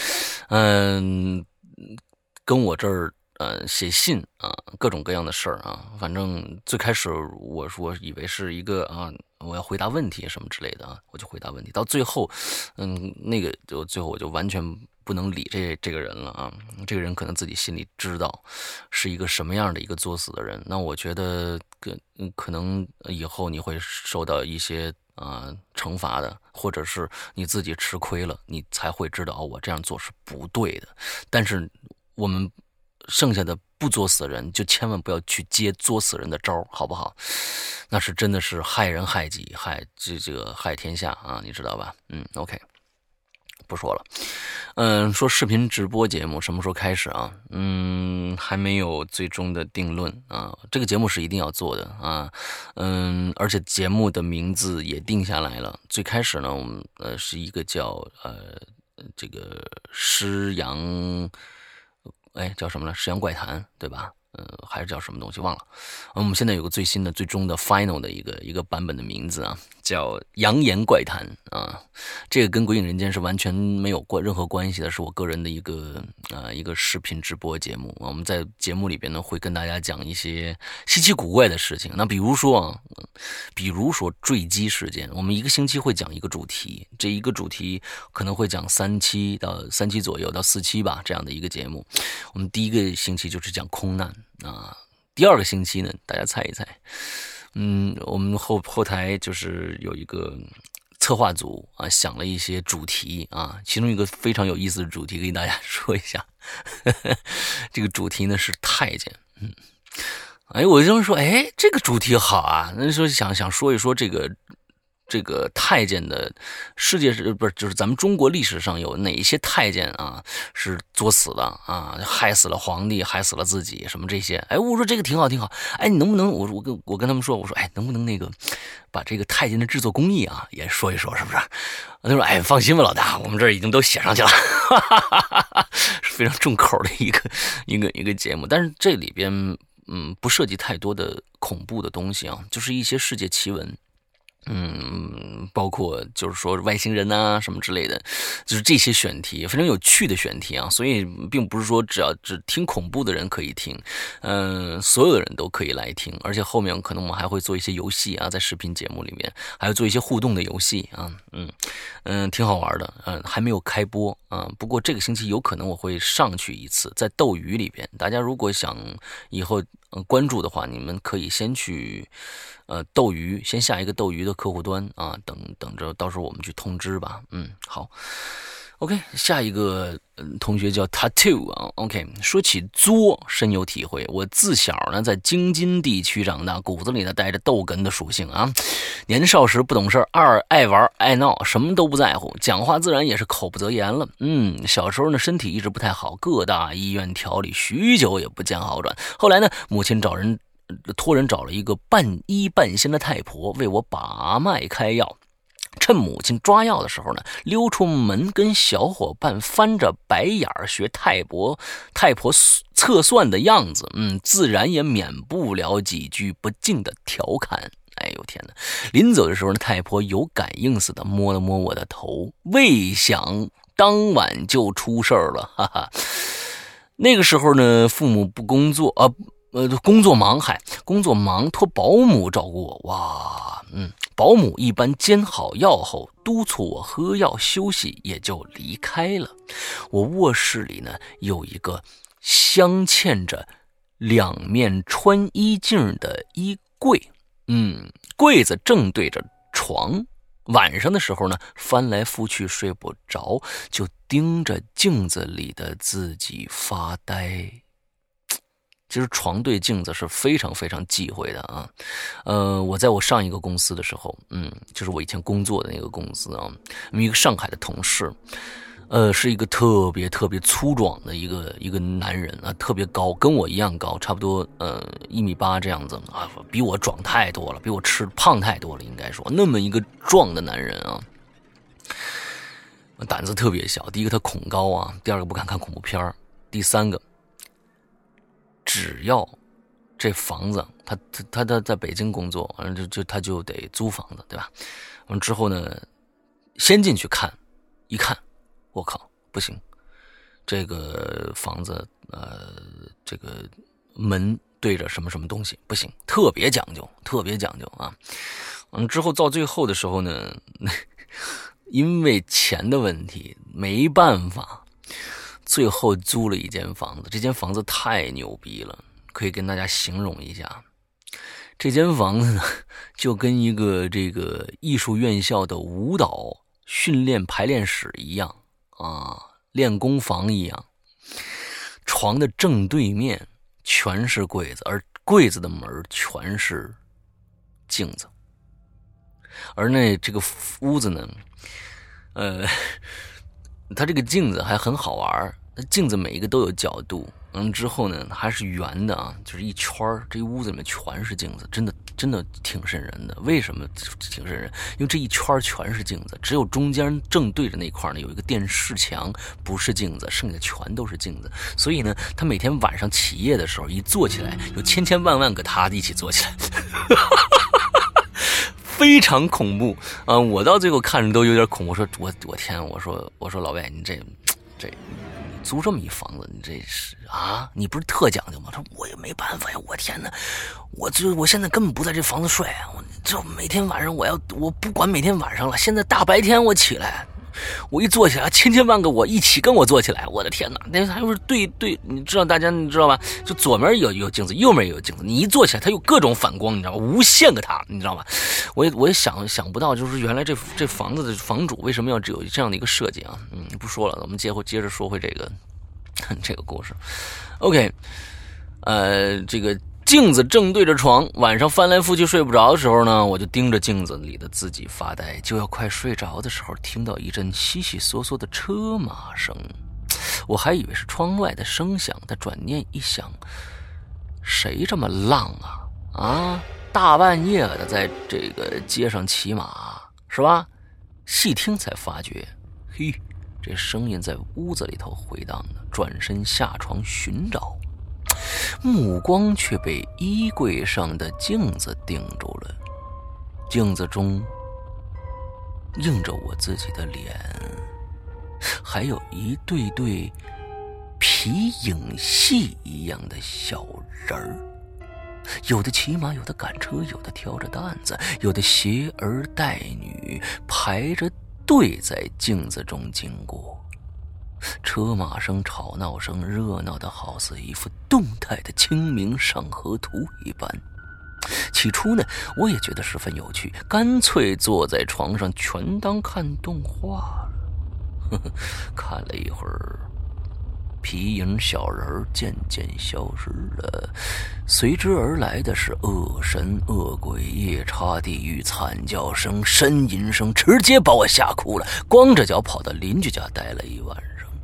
跟我这儿写信各种各样的事儿反正最开始我以为是一个我要回答问题什么之类的我就回答问题，到最后最后我就完全不能理这个人了这个人可能自己心里知道是一个什么样的一个作死的人，那我觉得可能以后你会受到一些惩罚的，或者是你自己吃亏了，你才会知道我这样做是不对的。但是我们剩下的不作死的人，就千万不要去接作死人的招，好不好？那是真的是害人害己，这个害天下你知道吧？OK， 不说了。说视频直播节目什么时候开始还没有最终的定论这个节目是一定要做的而且节目的名字也定下来了。最开始呢，我们是一个叫这个诗阳，叫什么呢？诗阳怪谈，对吧？还是叫什么东西忘了。我们现在有个最新的、最终的 final 的一个版本的名字叫扬言怪谈啊，这个跟鬼影人间是完全没有任何关系的，是我个人的一个视频直播节目。我们在节目里边呢会跟大家讲一些稀奇古怪的事情。那比如说坠机事件，我们一个星期会讲一个主题，这一个主题可能会讲3期左右到4期吧，这样的一个节目。我们第一个星期就是讲空难啊，第二个星期呢，大家猜一猜。我们后台就是有一个策划组啊，想了一些主题啊，其中一个非常有意思的主题，给大家说一下。这个主题呢是太监，我就说，这个主题好啊，那时候想说一说这个太监的世界是不是就是咱们中国历史上有哪些太监啊是作死的啊，害死了皇帝，害死了自己什么这些？我说这个挺好。你能不能我跟他们说，我说能不能那个把这个太监的制作工艺啊也说一说，是不是？他说放心吧，老大，我们这儿已经都写上去了，是非常重口的一个节目，但是这里边不涉及太多的恐怖的东西啊，就是一些世界奇闻。包括就是说外星人啊什么之类的，就是这些选题非常有趣的选题啊，所以并不是说只听恐怖的人可以听，所有的人都可以来听，而且后面可能我们还会做一些游戏啊，在视频节目里面还要做一些互动的游戏啊，挺好玩的，还没有开播啊，不过这个星期有可能我会上去一次，在斗鱼里边，大家如果想以后关注的话，你们可以先去斗鱼，先下一个斗鱼的客户端啊，等着到时候我们去通知吧。好 ，OK， 下一个同学叫 Tattoo 啊 ，OK， 说起作深有体会，我自小呢在京津地区长大，骨子里呢带着逗哏的属性啊。年少时不懂事，爱玩爱闹，什么都不在乎，讲话自然也是口不择言了。小时候呢身体一直不太好，各大医院调理许久也不见好转。后来呢，母亲托人找了一个半医半仙的太婆为我把脉开药。趁母亲抓药的时候呢，溜出门跟小伙伴翻着白眼学太婆测算的样子，自然也免不了几句不敬的调侃。哎呦天哪！临走的时候呢，太婆有感应似的摸了摸我的头，未想当晚就出事儿了，哈哈。那个时候呢，父母不工作工作忙，托保姆照顾我。哇，保姆一般煎好药后，督促我喝药休息，也就离开了。我卧室里呢，有一个镶嵌着两面穿衣镜的衣柜，柜子正对着床。晚上的时候呢，翻来覆去睡不着，就盯着镜子里的自己发呆。其实床对镜子是非常非常忌讳的啊。我在我上一个公司的时候，就是我以前工作的那个公司啊，有一个上海的同事，是一个特别特别粗壮的一个男人啊，特别高，跟我一样高，差不多1.8米这样子啊，比我壮太多了，比我胖太多了，应该说那么一个壮的男人啊，胆子特别小。第一个他恐高啊，第二个不敢看恐怖片，第三个只要这房子他在北京工作，完了他就得租房子，对吧？完之后呢，先进去看，一看，我靠，不行，这个房子这个门对着什么什么东西不行，特别讲究啊。之后到最后的时候呢，因为钱的问题没办法，最后租了一间房子。这间房子太牛逼了，可以跟大家形容一下。这间房子呢，就跟一个这个艺术院校的舞蹈训练排练室一样啊，练功房一样。床的正对面全是柜子，而柜子的门全是镜子。而这个屋子呢，它这个镜子还很好玩，镜子每一个都有角度，之后呢还是圆的啊，就是一圈，这一屋子里面全是镜子，真的挺瘆人的。为什么挺瘆人？因为这一圈全是镜子，只有中间正对着那块呢有一个电视墙不是镜子，剩下全都是镜子。所以呢，他每天晚上起夜的时候一坐起来，有千万个他一起坐起来。 非常恐怖啊！我到最后看着都有点恐怖，我天，我说老魏，你这租这么一房子，你这是啊？你不是特讲究吗？他说我也没办法呀，我天哪，我现在根本不在这房子睡啊，这每天晚上我不管每天晚上了，现在大白天我起来。我一坐起来，千万个我一起跟我坐起来，我的天哪！那还不是对，你知道你知道吧？就左面有镜子，右面也有镜子，你一坐起来，它有各种反光，你知道吗？无限个它，你知道吗？我也想不到，就是原来这房子的房主为什么要只有这样的一个设计啊？不说了，我们接着说回这个故事。OK， 这个。镜子正对着床，晚上翻来覆去睡不着的时候呢，我就盯着镜子里的自己发呆。就要快睡着的时候，听到一阵悉悉嗦嗦的车马声，我还以为是窗外的声响，但转念一想，谁这么浪啊？大半夜的在这个街上骑马是吧？细听才发觉，嘿，这声音在屋子里头回荡呢。转身下床寻找。目光却被衣柜上的镜子定住了，镜子中映着我自己的脸，还有一对对皮影戏一样的小人儿，有的骑马，有的赶车，有的挑着担子，有的携儿带女，排着队在镜子中经过。车马声、吵闹声，热闹的好似一幅动态的清明上河图一般。起初呢，我也觉得十分有趣，干脆坐在床上全当看动画了。看了一会儿，皮影小人渐渐消失了，随之而来的是恶神恶鬼、夜叉地狱、惨叫声、呻吟声，直接把我吓哭了，光着脚跑到邻居家待了一晚上。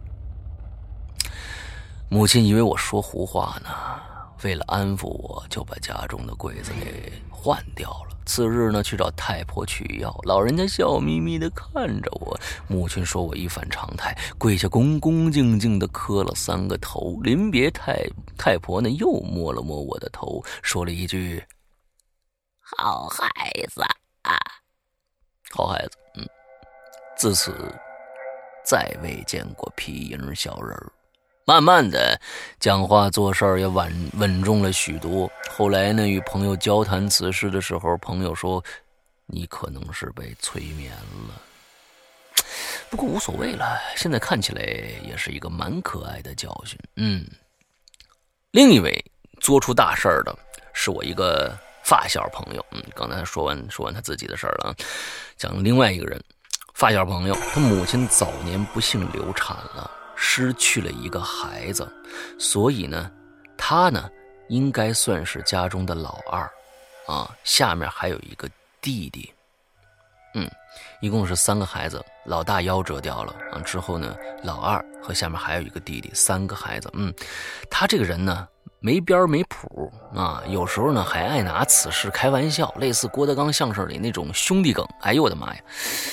母亲以为我说胡话呢，为了安抚我，就把家中的柜子给换掉了。次日呢，去找太婆取药，老人家笑眯眯地看着我。母亲说我一反常态，跪下恭恭敬敬地磕了3个头。临别太婆呢，又摸了摸我的头，说了一句：“好孩子啊，好孩子。”自此再未见过皮影小人。慢慢的，讲话做事也稳重了许多。后来呢，与朋友交谈此事的时候，朋友说：“你可能是被催眠了。”不过无所谓了，现在看起来也是一个蛮可爱的教训。另一位做出大事的是我一个发小朋友。刚才说完他自己的事儿了，讲另外一个人，发小朋友，他母亲早年不幸流产了。失去了一个孩子，所以呢，他呢应该算是家中的老二，下面还有一个弟弟，一共是3个孩子，老大夭折掉了之后呢，老二和下面还有一个弟弟，3个孩子，他这个人呢没边没谱有时候呢还爱拿此事开玩笑，类似郭德纲相声里那种兄弟梗，哎呦我的妈呀，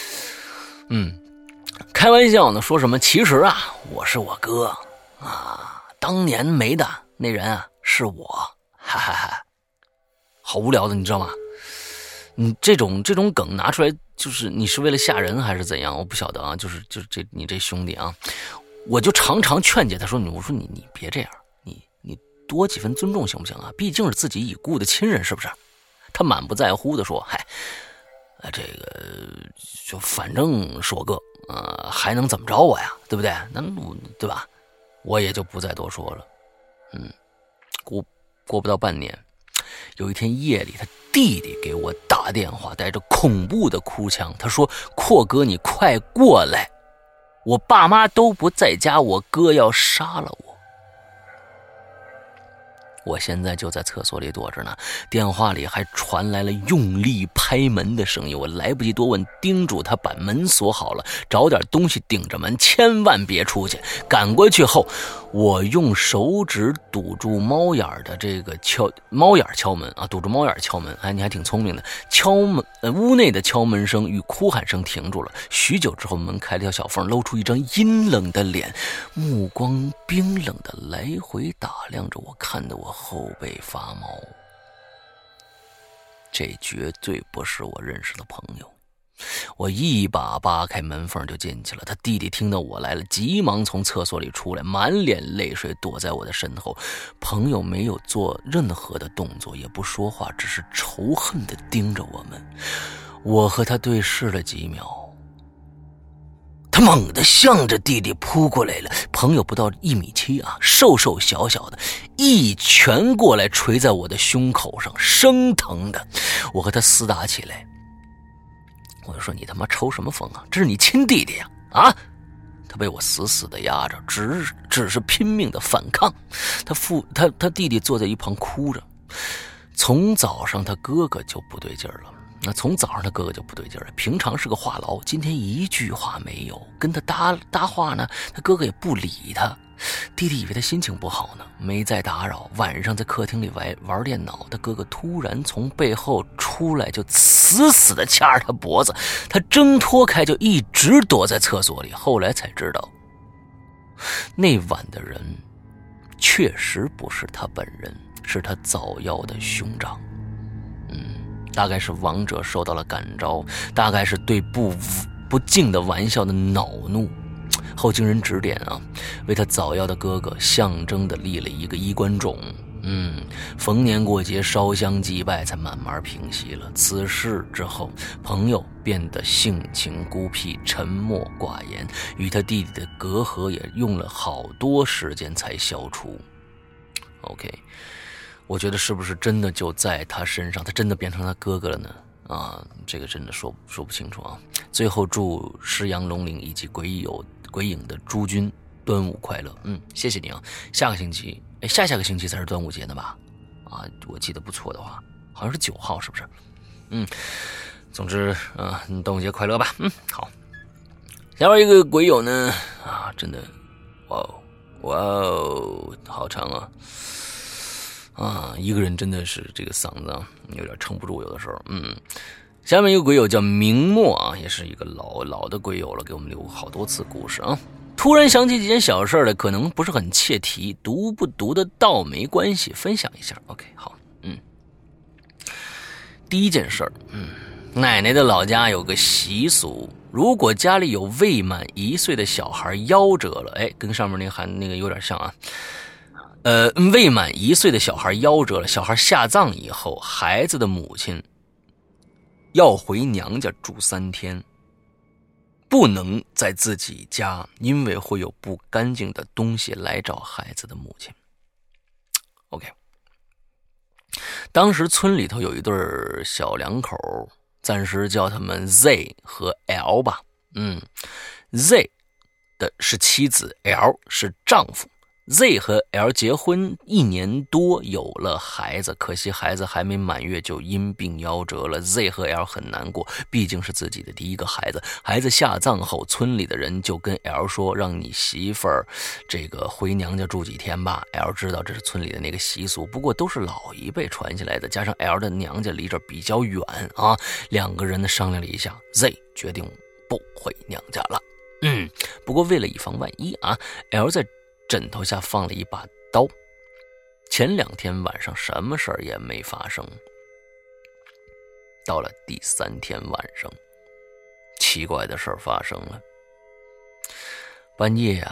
开玩笑呢，说什么其实我是我哥当年没的那人是我，哈哈哈，好无聊的，你知道吗？这种梗拿出来，就是你是为了吓人还是怎样？我不晓得就是你这兄弟我就常常劝解他说，我说你别这样，你多几分尊重行不行啊？毕竟是自己已故的亲人，是不是？他满不在乎的说，嗨，这个就反正是我哥。还能怎么着我呀？对不对？对吧？我也就不再多说了。过不到半年，有一天夜里，他弟弟给我打电话，带着恐怖的哭腔，他说：“阔哥，你快过来！我爸妈都不在家，我哥要杀了我。”我现在就在厕所里躲着呢，电话里还传来了用力拍门的声音，我来不及多问，叮嘱他把门锁好了，找点东西顶着门，千万别出去。赶过去后，我用手指堵住猫眼的这个猫眼敲门堵住猫眼敲门。你还挺聪明的。敲门，屋内的敲门声与哭喊声停住了。许久之后，门开了条小缝，露出一张阴冷的脸，目光冰冷的来回打量着我，看得我后背发毛。 这绝对不是我认识的朋友。我一把扒开门缝就进去了。他弟弟听到我来了，急忙从厕所里出来，满脸泪水躲在我的身后。朋友没有做任何的动作，也不说话，只是仇恨地盯着我们。我和他对视了几秒，他猛地向着弟弟扑过来了。朋友不到1.7米啊，瘦瘦小小的，一拳过来捶在我的胸口上，生疼的。我和他厮打起来。我就说你他妈抽什么风啊？这是你亲弟弟呀！啊！他被我死死的压着，只是拼命的反抗。他弟弟坐在一旁哭着。从早上他哥哥就不对劲儿了。平常是个话痨，今天一句话没有，跟他搭话呢，他哥哥也不理他。弟弟以为他心情不好呢，没再打扰。晚上在客厅里玩电脑，他哥哥突然从背后出来，就死死地掐着他脖子。他挣脱开，就一直躲在厕所里。后来才知道，那晚的人确实不是他本人，是他早夭的兄长。大概是亡者受到了感召，大概是对不敬的玩笑的恼怒。后经人指点啊，为他早夭的哥哥象征地立了一个衣冠冢。逢年过节烧香祭拜，才慢慢平息了。此事之后，朋友变得性情孤僻，沉默寡言，与他弟弟的隔阂也用了好多时间才消除。OK， 我觉得是不是真的就在他身上，他真的变成他哥哥了呢？啊，这个真的说不清楚啊。最后祝狮阳龙鳞以及鬼影的诸君端午快乐。谢谢你啊。下个星期下个星期才是端午节呢吧？啊，我记得不错的话，好像是9号，是不是？总之端午节快乐吧。好。下边一个鬼友呢，真的，哇哦，好长啊！一个人真的是这个嗓子有点撑不住，有的时候。下面一个鬼友叫明末啊，也是一个老的鬼友了，给我们留好多次故事啊。突然想起几件小事来，可能不是很切题，读不读得到没关系，分享一下。OK， 好，第一件事儿，奶奶的老家有个习俗，如果家里有未满1岁的小孩夭折了，跟上面那个有点像啊。未满1岁的小孩夭折了，小孩下葬以后，孩子的母亲要回娘家住3天，不能在自己家，因为会有不干净的东西来找孩子的母亲。OK， 当时村里头有一对小两口，暂时叫他们 Z 和 L 吧。Z 的是妻子， L 是丈夫。Z 和 L 结婚1年多，有了孩子，可惜孩子还没满月就因病夭折了。Z 和 L 很难过，毕竟是自己的第一个孩子。孩子下葬后，村里的人就跟 L 说，让你媳妇儿这个回娘家住几天吧。L 知道这是村里的那个习俗，不过都是老一辈传下来的，加上 L 的娘家离这比较远啊，两个人呢商量了一下， Z 决定不回娘家了。不过为了以防万一啊， L 在枕头下放了一把刀。前2天晚上什么事儿也没发生。到了第3天晚上，奇怪的事儿发生了。半夜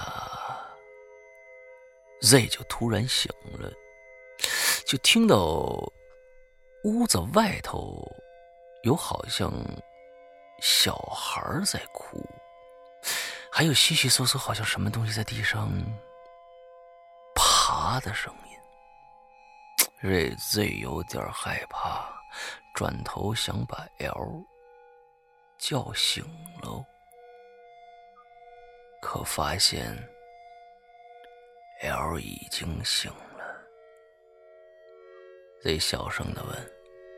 Z 就突然醒了，就听到屋子外头有好像小孩在哭，还有窸窸窣窣，好像什么东西在地上爬的声音。Z 有点害怕，转头想把 L 叫醒了，可发现 L 已经醒了。Z 小声地问：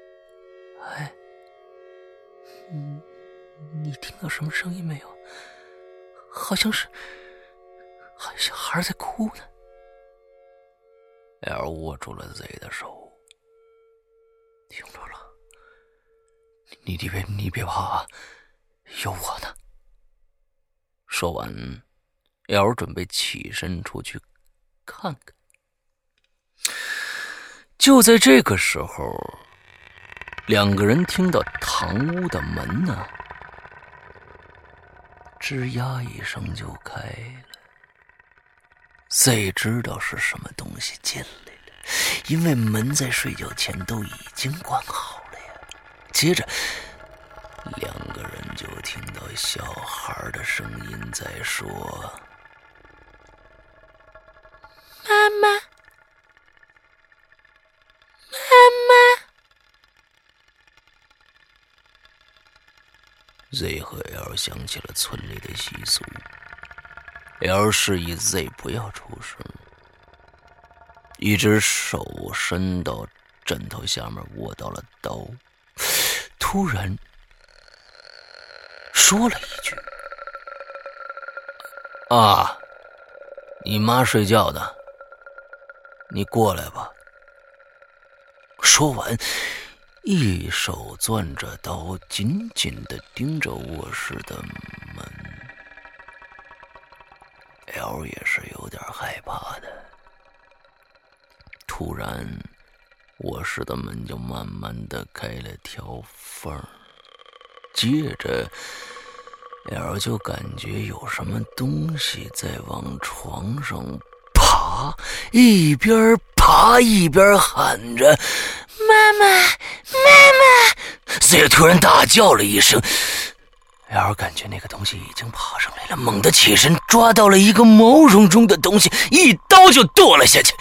你听到什么声音没有？好像是小孩在哭呢。L 握住了 Z 的手，听着了，你别怕啊，有我呢。说完 L 准备起身出去看看。就在这个时候， 两个人听到堂屋的门呢，吱呀一声就开了。谁知道是什么东西进来了，因为门在睡觉前都已经关好了呀。接着两个人就听到小孩的声音在说：妈妈，妈妈。Z 和 L 想起了村里的习俗， L 示意 Z 不要出声，一只手伸到枕头下面握到了刀，突然说了一句：啊，你妈睡觉呢，你过来吧。说完一手攥着刀，紧紧地盯着卧室的门。L 也是有点害怕的。突然，卧室的门就慢慢地开了条缝，接着 L 就感觉有什么东西在往床上爬，一边爬一边喊着：妈妈，妈妈！Z 突然大叫了一声， L 感觉那个东西已经爬上来了，猛地起身抓到了一个毛茸茸的东西，一刀就剁了下去，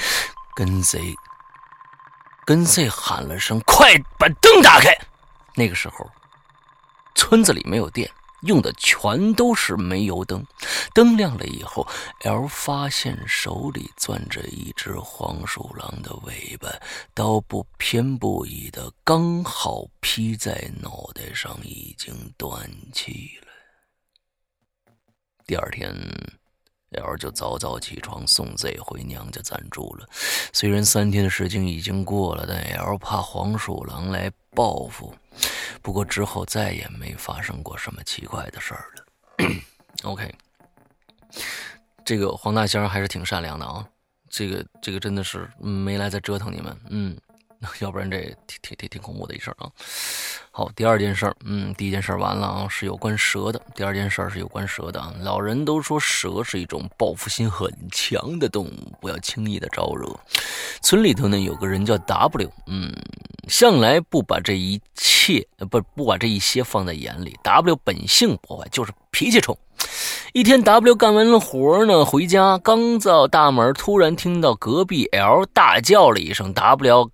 跟 Z 喊了声：快把灯打开！那个时候村子里没有电，用的全都是煤油灯。灯亮了以后， L 发现手里攥着一只黄鼠狼的尾巴，刀不偏不倚的刚好劈在脑袋上，已经断气了。第二天 L 就早早起床送 Z 回娘家暂住了。虽然3天的时间已经过了，但 L 怕黄鼠狼来报复，不过之后再也没发生过什么奇怪的事儿了。OK， 这个黄大仙还是挺善良的啊，这个真的是没来再折腾你们，要不然这挺恐怖的一事啊。好，第二件事儿，第一件事完了啊，是有关蛇的。第二件事是有关蛇的啊。老人都说蛇是一种报复心很强的动物，不要轻易的招惹。村里头呢有个人叫 W，向来不把这一切不把这一些放在眼里。W 本性破坏，就是脾气冲。一天 W 干完了活呢，回家刚到大门，突然听到隔壁 L 大叫了一声， W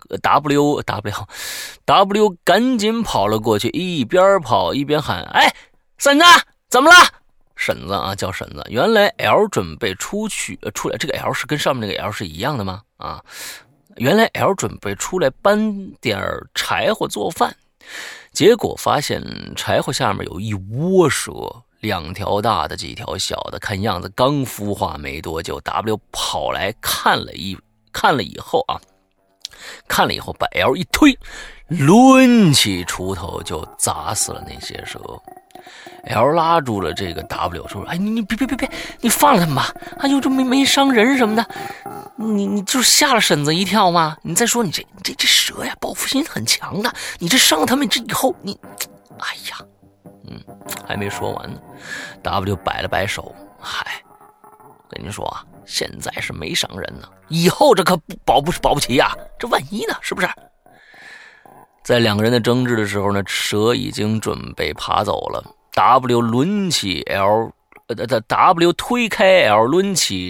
赶紧跑了过去，一边跑一边喊：哎，婶子怎么了？婶子啊，叫婶子。原来 L 准备出来，这个 L 是跟上面那个 L 是一样的吗？啊，原来 L 准备出来搬点柴火做饭，结果发现柴火下面有一窝蛇，2条大的，几条小的，看样子刚孵化没多久。 W 跑来看了以后把 L 一推，抡起锄头就砸死了那些蛇。 L 拉住了这个 W 说：哎，你别，你放了他们吧，哎呦，这没伤人什么的，你就是吓了婶子一跳嘛。你再说你这蛇呀，报复心很强的，你这伤了他们这以后你，哎呀，还没说完呢。 W 摆了摆手：嗨，跟您说啊，现在是没伤人呢，以后这可保不齐呀，这万一呢，是不是？在2个人的争执的时候呢，蛇已经准备爬走了。 W 抡起 L W 推开 L， 抡起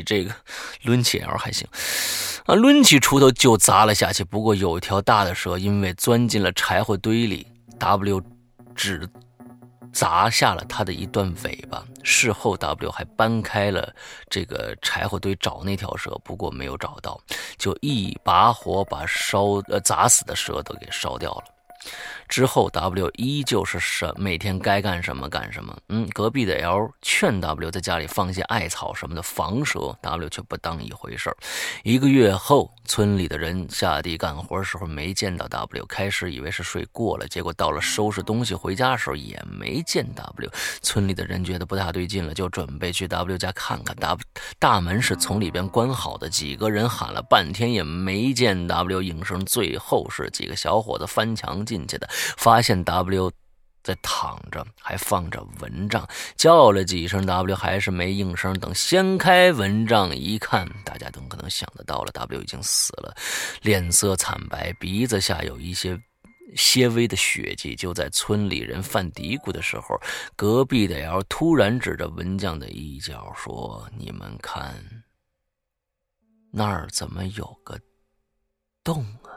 L 还行啊，抡起锄头就砸了下去。不过有一条大的蛇因为钻进了柴火堆里， W 只砸下了他的一段尾巴。事后 W 还搬开了这个柴火堆找那条蛇，不过没有找到，就一把火把砸死的蛇都给烧掉了。之后 W 依旧是每天该干什么干什么。隔壁的 L 劝 W 在家里放些艾草什么的防蛇， W 却不当一回事。1个月后，村里的人下地干活的时候没见到 W， 开始以为是睡过了，结果到了收拾东西回家的时候也没见 W。 村里的人觉得不大对劲了，就准备去 W 家看看。大门是从里边关好的，几个人喊了半天也没见 W 应声，最后是几个小伙子翻墙进进去的，发现 W 在躺着，还放着蚊帐，叫了几声 W 还是没应声。等掀开蚊帐一看，大家都可能想得到了， W 已经死了，脸色惨白，鼻子下有一些微的血迹。就在村里人犯嘀咕的时候，隔壁的 L 突然指着蚊帐的一角说：“你们看，那儿怎么有个洞啊？”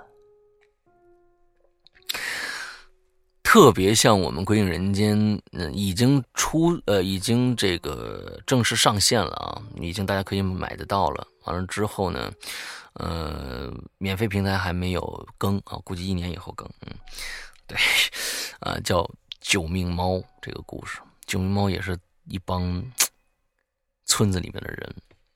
特别像我们《鬼影人间》，已经这个正式上线了啊，已经大家可以买得到了。完了之后呢，免费平台还没有更啊，估计1年以后更。对，叫《九命猫》这个故事，《九命猫》也是一帮村子里面的人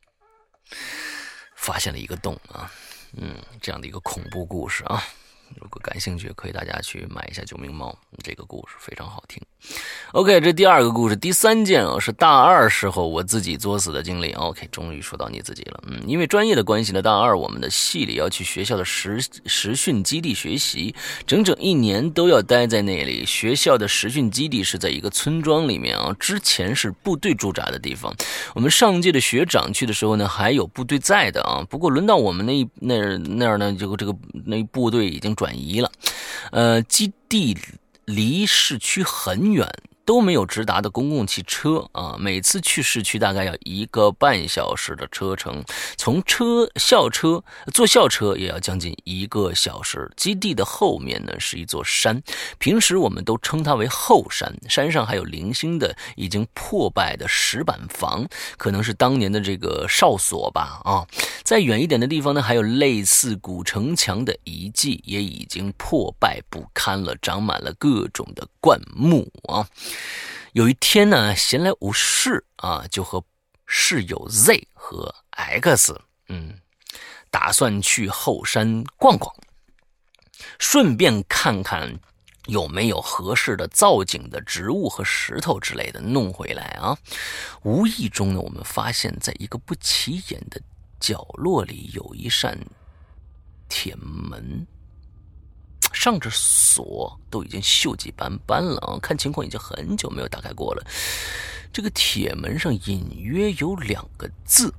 发现了一个洞啊，这样的一个恐怖故事啊。如果感兴趣，可以大家去买一下《九命猫》这个故事，非常好听。OK， 这第2个故事，第3件是大2时候我自己作死的经历。OK， 终于说到你自己了。因为专业的关系呢，大2我们的系里要去学校的实训基地学习，整整1年都要待在那里。学校的实训基地是在一个村庄里面啊，之前是部队驻扎的地方。我们上届的学长去的时候呢，还有部队在的啊。不过轮到我们那儿呢，那部队已经转移了。基地离市区很远，都没有直达的公共汽车啊，每次去市区大概要1个半小时的车程，坐校车也要将近1个小时。基地的后面呢是一座山，平时我们都称它为后山，山上还有零星的已经破败的石板房，可能是当年的这个哨所吧啊。再远一点的地方呢，还有类似古城墙的遗迹，也已经破败不堪了，长满了各种的灌木啊。有一天呢，闲来无事啊，就和室友 Z 和 X 打算去后山逛逛，顺便看看有没有合适的造景的植物和石头之类的弄回来啊。无意中呢，我们发现在一个不起眼的角落里有一扇铁门，上着锁，都已经锈迹斑斑了啊！看情况已经很久没有打开过了。这个铁门上隐约有2个字：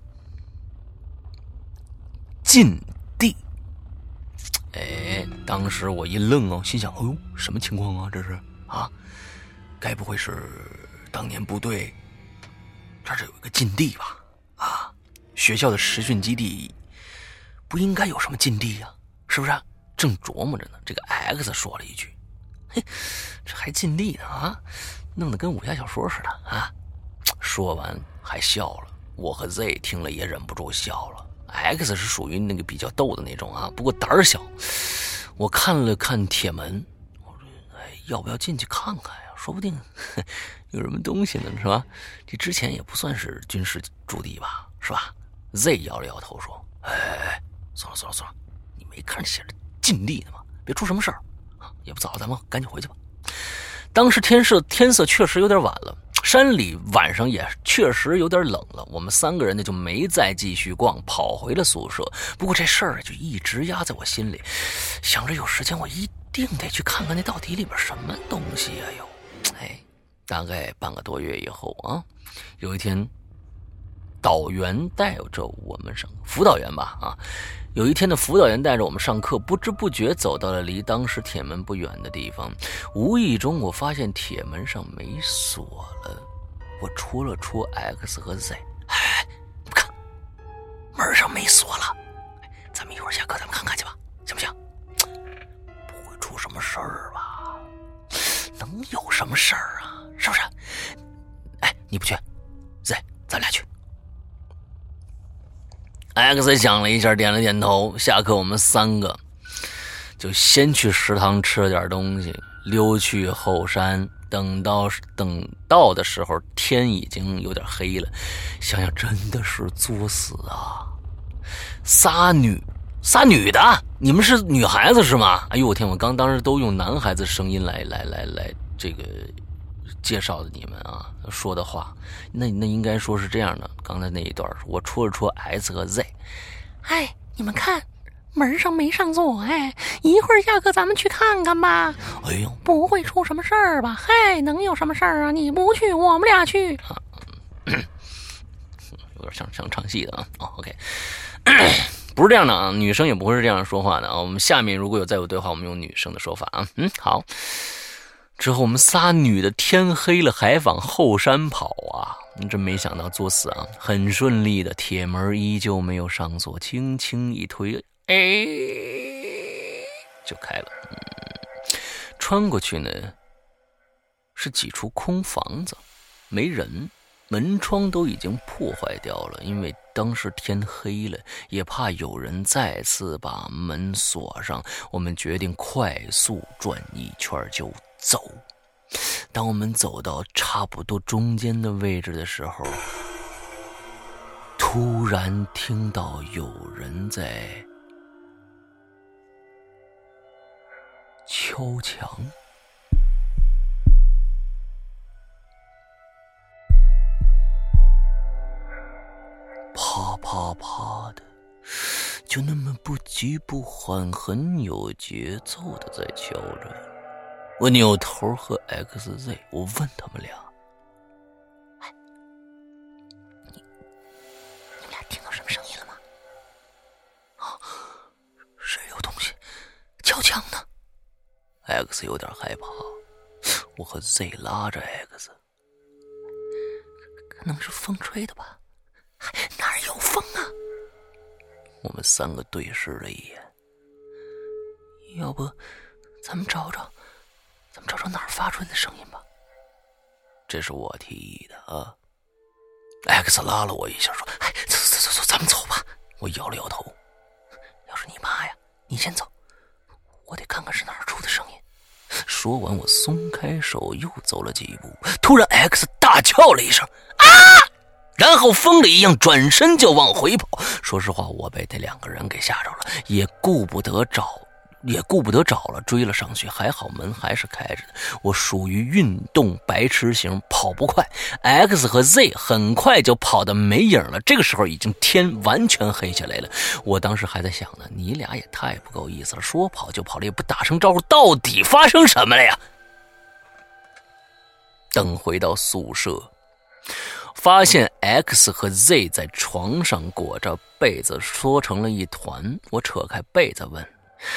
禁地。当时我一愣哦，心想：哎呦，什么情况啊？这是啊，该不会是当年部队这儿有一个禁地吧？啊，学校的实训基地不应该有什么禁地呀，是不是？正琢磨着呢，这个 X 说了一句：“嘿，这还禁地呢啊，弄得跟武侠小说似的啊！”说完还笑了，我和 Z 听了也忍不住笑了。X 是属于那个比较逗的那种啊，不过胆儿小。我看了看铁门，我说：“要不要进去看看呀？说不定有什么东西呢，是吧？这之前也不算是军事驻地吧，是吧 ？”Z 摇了摇头说：“算了，你没看写着禁地的吗？别出什么事儿啊！也不早，咱们赶紧回去吧。”当时天色确实有点晚了，山里晚上也确实有点冷了，我们3个人呢就没再继续逛，跑回了宿舍。不过这事儿就一直压在我心里，想着有时间我一定得去看看那到底里边什么东西呀！大概半个多月以后啊，有一天导员带着我们上辅导员吧啊，有一天的辅导员带着我们上课，不知不觉走到了离当时铁门不远的地方。无意中我发现铁门上没锁了，我戳了戳 X 和 Z， 你看门上没锁了，咱们一会儿下课咱们看看去吧，行不行？不会出什么事儿吧？能有什么事儿啊？是不是？你不去 Z 咱俩去。X 想了一下，点了点头。下课我们3个就先去食堂吃了点东西，溜去后山。等到的时候，天已经有点黑了。想想真的是作死啊！仨女的，你们是女孩子是吗？哎呦我天！我当时都用男孩子声音来这个介绍的你们啊说的话，那应该说是这样的。刚才那一段，我戳了戳 S 和 Z， 你们看门上没上锁，哎，一会儿下课咱们去看看吧。 哎呦， 不会出什么事儿吧？嗨，能有什么事儿啊？你不去，我们俩去。 有点像唱戏的啊。哦 ，OK， 不是这样的啊，女生也不会是这样说话的啊。我们下面如果再有对话，我们用女生的说法啊。好。之后我们仨女的天黑了还往后山跑啊！真没想到作死啊！很顺利的，铁门依旧没有上锁，轻轻一推，就开了。穿过去呢，是几处空房子，没人，门窗都已经破坏掉了。因为当时天黑了，也怕有人再次把门锁上，我们决定快速转一圈就走。当我们走到差不多中间的位置的时候，突然听到有人在敲墙，啪啪啪的，就那么不急不缓，很有节奏的在敲着。我扭头和 XZ， 我问他们俩：“ 你们俩听到什么声音了吗？” 啊，是有东西敲墙呢。X 有点害怕，我和 Z 拉着 X， 可能是风吹的吧？哪儿有风啊？ 我们三个对视了一眼， 要不咱们找找哪儿发出来的声音吧。 这是我提议的啊。X 拉了我一下说：“哎，走，咱们走吧。”我摇了摇头。 要是你妈呀，你先走，我得看看是哪儿出的声音。 说完，我松开手，又走了几步，突然 X 大叫了一声：“啊！”然后疯了一样转身就往回跑。说实话，我被这两个人给吓着了，也顾不得找了，追了上去。还好门还是开着的。我属于运动白痴型，跑不快。X 和 Z 很快就跑得没影了。这个时候已经天完全黑下来了。我当时还在想呢，你俩也太不够意思了，说跑就跑了，也不打声招呼，到底发生什么了呀？等回到宿舍，发现 X 和 Z 在床上裹着被子缩成了一团。我扯开被子问：“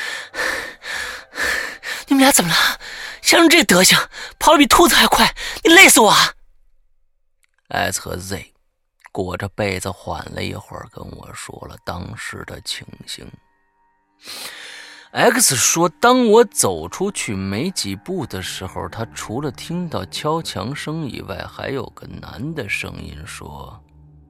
你们俩怎么了？像成这德行，跑得比兔子还快，你累死我啊！” X 和 Z 裹着被子缓了一会儿，跟我说了当时的情形。X 说，当我走出去没几步的时候，他除了听到敲墙声以外，还有个男的声音说：“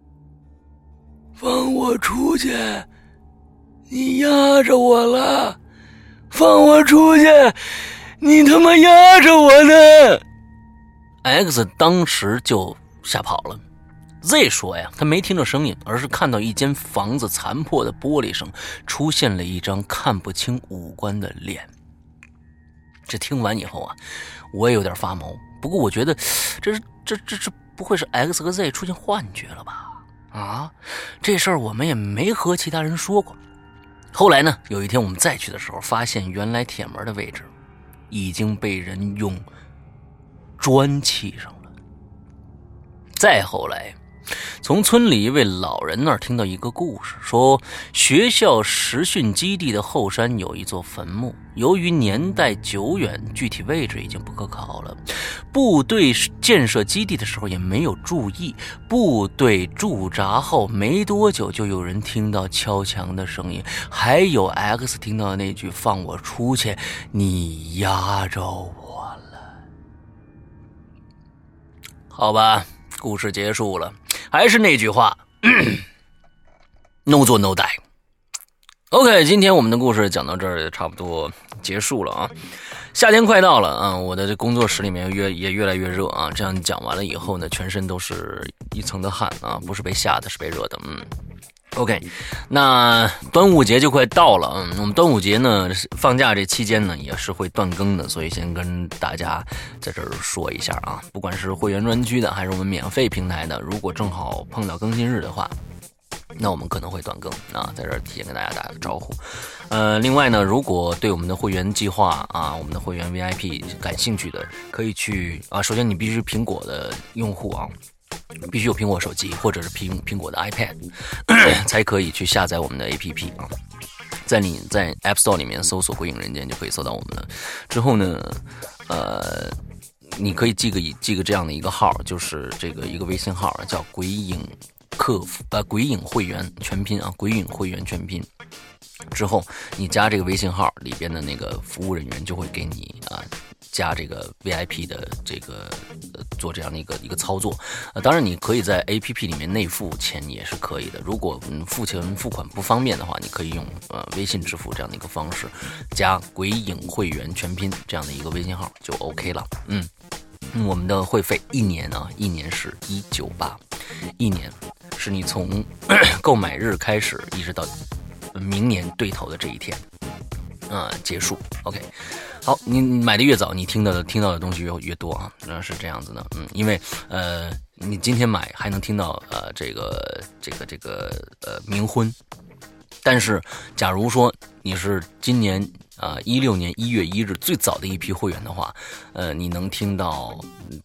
放我出去，你压着我了，放我出去，你他妈压着我呢。” X 当时就吓跑了。Z 说呀，他没听着声音，而是看到一间房子残破的玻璃上出现了一张看不清五官的脸。这听完以后啊，我也有点发毛。不过我觉得，这不会是 X 和 Z 出现幻觉了吧？啊，这事儿我们也没和其他人说过。后来呢，有一天我们再去的时候，发现原来铁门的位置已经被人用砖砌上了。再后来，从村里一位老人那儿听到一个故事，说学校实训基地的后山有一座坟墓，由于年代久远，具体位置已经不可考了。部队建设基地的时候也没有注意，部队驻扎后没多久，就有人听到敲墙的声音，还有 X 听到那句“放我出去，你压着我了”。好吧，故事结束了。还是那句话，no 做 no die。OK， 今天我们的故事讲到这儿差不多结束了啊。夏天快到了啊，我的这工作室里面也越来越热啊。这样讲完了以后呢，全身都是一层的汗啊，不是被吓的，是被热的。OK， 那端午节就快到了，我们端午节呢放假这期间呢也是会断更的，所以先跟大家在这儿说一下啊，不管是会员专区的还是我们免费平台的，如果正好碰到更新日的话， 那我们可能会断更啊，在这儿提前跟大家打个招呼。另外呢，如果对我们的会员计划啊，我们的会员 VIP 感兴趣的，可以去啊。首先你必须苹果的用户啊，必须有苹果手机或者是苹果的 iPad 才可以去下载我们的 APP 啊。你在 App Store 里面搜索“鬼影人间”就可以搜到我们了。之后呢，你可以记个这样的一个号，就是这个一个微信号叫“鬼影”。鬼影会员全拼啊，鬼影会员全拼。之后你加这个微信号里边的那个服务人员就会给你加这个 VIP 的这个做这样的一个操作。当然你可以在 APP 里面内付钱也是可以的。如果付款不方便的话，你可以用微信支付这样的一个方式，加鬼影会员全拼这样的一个微信号就 OK 了。我们的会费一年是198，一年是你从购买日开始一直到明年对头的这一天结束。 OK， 好，你买的越早，你听到的东西越多啊，是这样子的。因为你今天买还能听到这个冥婚，但是假如说你是今年16年1月1日最早的一批会员的话，你能听到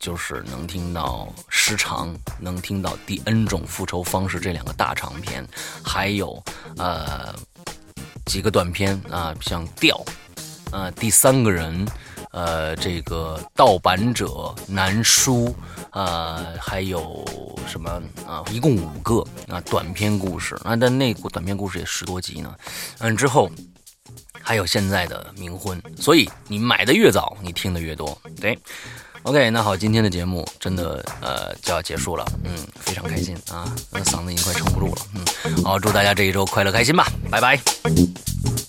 时长，能听到第 N 种复仇方式这2个大长篇，还有几个短篇像调第3个人这个盗版者南书还有什么一共5个短篇故事但那短篇故事也10多集呢。之后还有现在的冥婚，所以你买的越早，你听的越多。对 ，OK， 那好，今天的节目真的就要结束了，非常开心啊，嗓子已经快撑不住了，好，祝大家这一周快乐开心吧，拜拜。